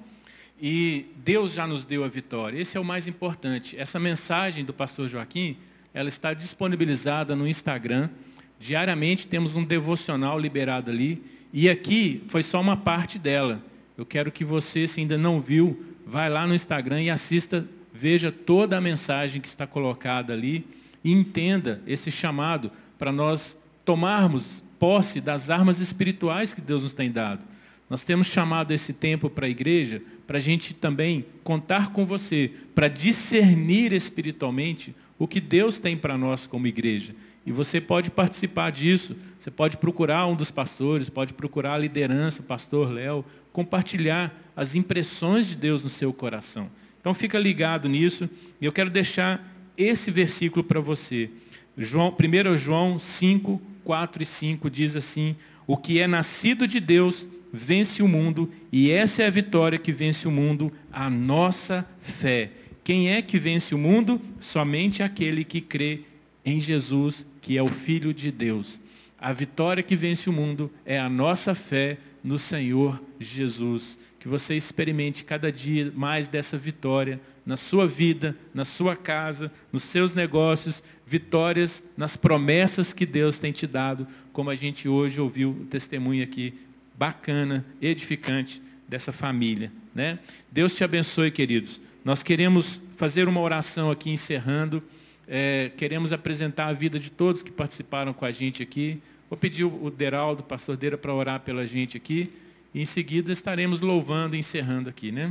E Deus já nos deu a vitória. Esse é o mais importante. Essa mensagem do pastor Joaquim, ela está disponibilizada no Instagram. Diariamente temos um devocional liberado ali. E aqui foi só uma parte dela. Eu quero que você, se ainda não viu, vai lá no Instagram e assista. Veja toda a mensagem que está colocada ali e entenda esse chamado para nós tomarmos posse das armas espirituais que Deus nos tem dado. Nós temos chamado esse tempo para a igreja para a gente também contar com você, para discernir espiritualmente o que Deus tem para nós como igreja. E você pode participar disso, você pode procurar um dos pastores, pode procurar a liderança, o pastor Léo, compartilhar as impressões de Deus no seu coração. Então fica ligado nisso, e eu quero deixar esse versículo para você. João, primeiro João cinco, quatro e cinco diz assim: o que é nascido de Deus vence o mundo, e essa é a vitória que vence o mundo, a nossa fé. Quem é que vence o mundo? Somente aquele que crê em Jesus, que é o Filho de Deus. A vitória que vence o mundo é a nossa fé no Senhor Jesus. Que você experimente cada dia mais dessa vitória na sua vida, na sua casa, nos seus negócios, vitórias nas promessas que Deus tem te dado, como a gente hoje ouviu o testemunho aqui, bacana, edificante dessa família, né? Deus te abençoe, queridos. Nós queremos fazer uma oração aqui encerrando, é, queremos apresentar a vida de todos que participaram com a gente aqui. Vou pedir o Deraldo, o pastor Deira, para orar pela gente aqui. E em seguida estaremos louvando e encerrando aqui, né?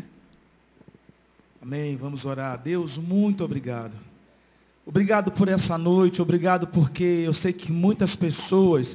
Amém, vamos orar. Deus, muito obrigado. Obrigado por essa noite, obrigado porque eu sei que muitas pessoas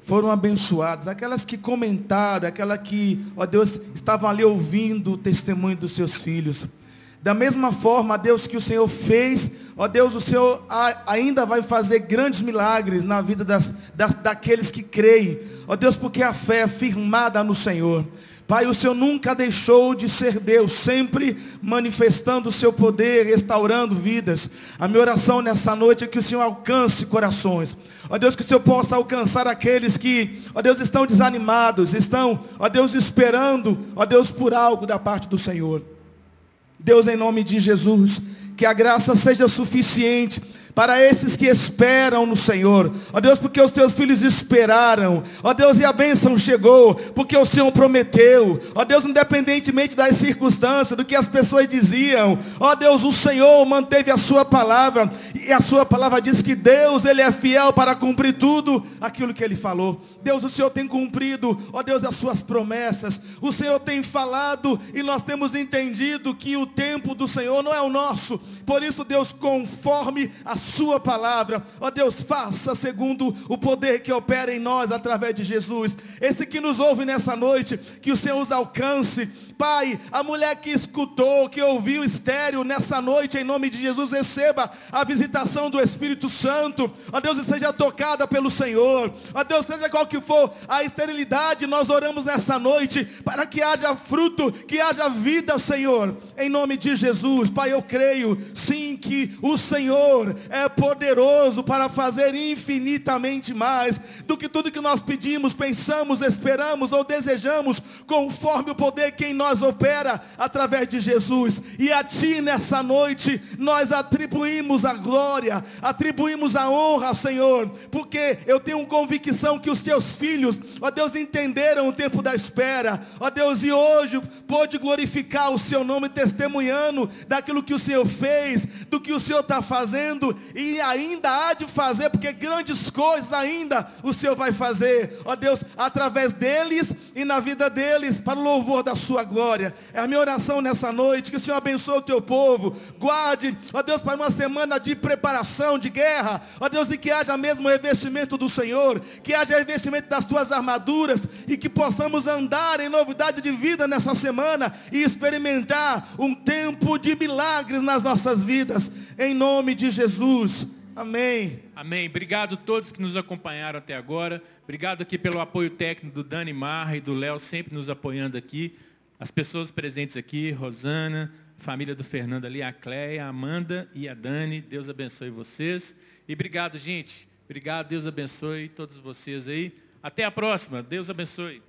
foram abençoadas, aquelas que comentaram, aquelas que, ó Deus, estavam ali ouvindo o testemunho dos seus filhos. Da mesma forma, Deus, que o Senhor fez, ó Deus, o Senhor ainda vai fazer grandes milagres na vida das, das, daqueles que creem. Ó Deus, porque a fé é firmada no Senhor. Pai, o Senhor nunca deixou de ser Deus, sempre manifestando o seu poder, restaurando vidas. A minha oração nessa noite é que o Senhor alcance corações. Ó Deus, que o Senhor possa alcançar aqueles que, ó Deus, estão desanimados, estão, ó Deus, esperando, ó Deus, por algo da parte do Senhor. Deus, em nome de Jesus, que a graça seja suficiente para esses que esperam no Senhor. Ó Deus, porque os teus filhos esperaram. Ó Deus, e a bênção chegou, porque o Senhor prometeu. Ó Deus, independentemente das circunstâncias, do que as pessoas diziam. Ó Deus, o Senhor manteve a sua palavra. E a sua palavra diz que Deus, Ele é fiel para cumprir tudo aquilo que Ele falou. Deus, o Senhor tem cumprido, ó Deus, as suas promessas. O Senhor tem falado e nós temos entendido que o tempo do Senhor não é o nosso. Por isso, Deus, conforme a sua palavra, ó Deus, faça segundo o poder que opera em nós através de Jesus. Esse que nos ouve nessa noite, que o Senhor os alcance. Pai, a mulher que escutou, que ouviu estéril nessa noite, em nome de Jesus, receba a visitação do Espírito Santo. Ó Deus, seja tocada pelo Senhor. Ó Deus, seja qual que for a esterilidade, nós oramos nessa noite para que haja fruto, que haja vida, Senhor, em nome de Jesus. Pai, eu creio sim que o Senhor é poderoso para fazer infinitamente mais do que tudo que nós pedimos, pensamos, esperamos ou desejamos, conforme o poder que em nós opera através de Jesus. E a Ti nessa noite nós atribuímos a glória, atribuímos a honra, Senhor, porque eu tenho convicção que os Teus filhos, ó Deus, entenderam o tempo da espera, ó Deus, e hoje pôde glorificar o Seu nome, testemunhando daquilo que o Senhor fez, do que o Senhor está fazendo e ainda há de fazer, porque grandes coisas ainda o Senhor vai fazer, ó Deus, através deles e na vida deles, para o louvor da Sua glória. É a minha oração nessa noite, que o Senhor abençoe o Teu povo, guarde, ó Deus, para uma semana de preparação, de guerra, ó Deus, e que haja mesmo o revestimento do Senhor, que haja revestimento das Tuas armaduras, e que possamos andar em novidade de vida nessa semana, e experimentar um tempo de milagres nas nossas vidas, em nome de Jesus, amém. Amém, obrigado a todos que nos acompanharam até agora, obrigado aqui pelo apoio técnico do Dani Marra e do Léo, sempre nos apoiando aqui, as pessoas presentes aqui, Rosana, família do Fernando ali, a Cleia, a Amanda e a Dani, Deus abençoe vocês, e obrigado, gente, obrigado, Deus abençoe todos vocês aí, até a próxima, Deus abençoe.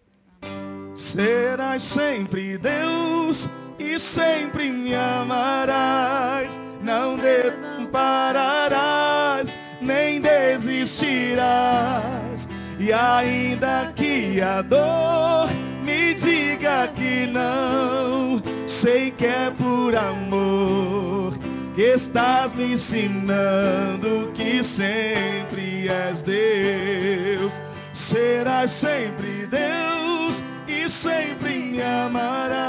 Serás sempre Deus e sempre me amarás, não desampararás, nem desistirás. E ainda que a dor me diga que não, sei que é por amor que estás me ensinando que sempre és Deus. Serás sempre Deus e sempre me amarás.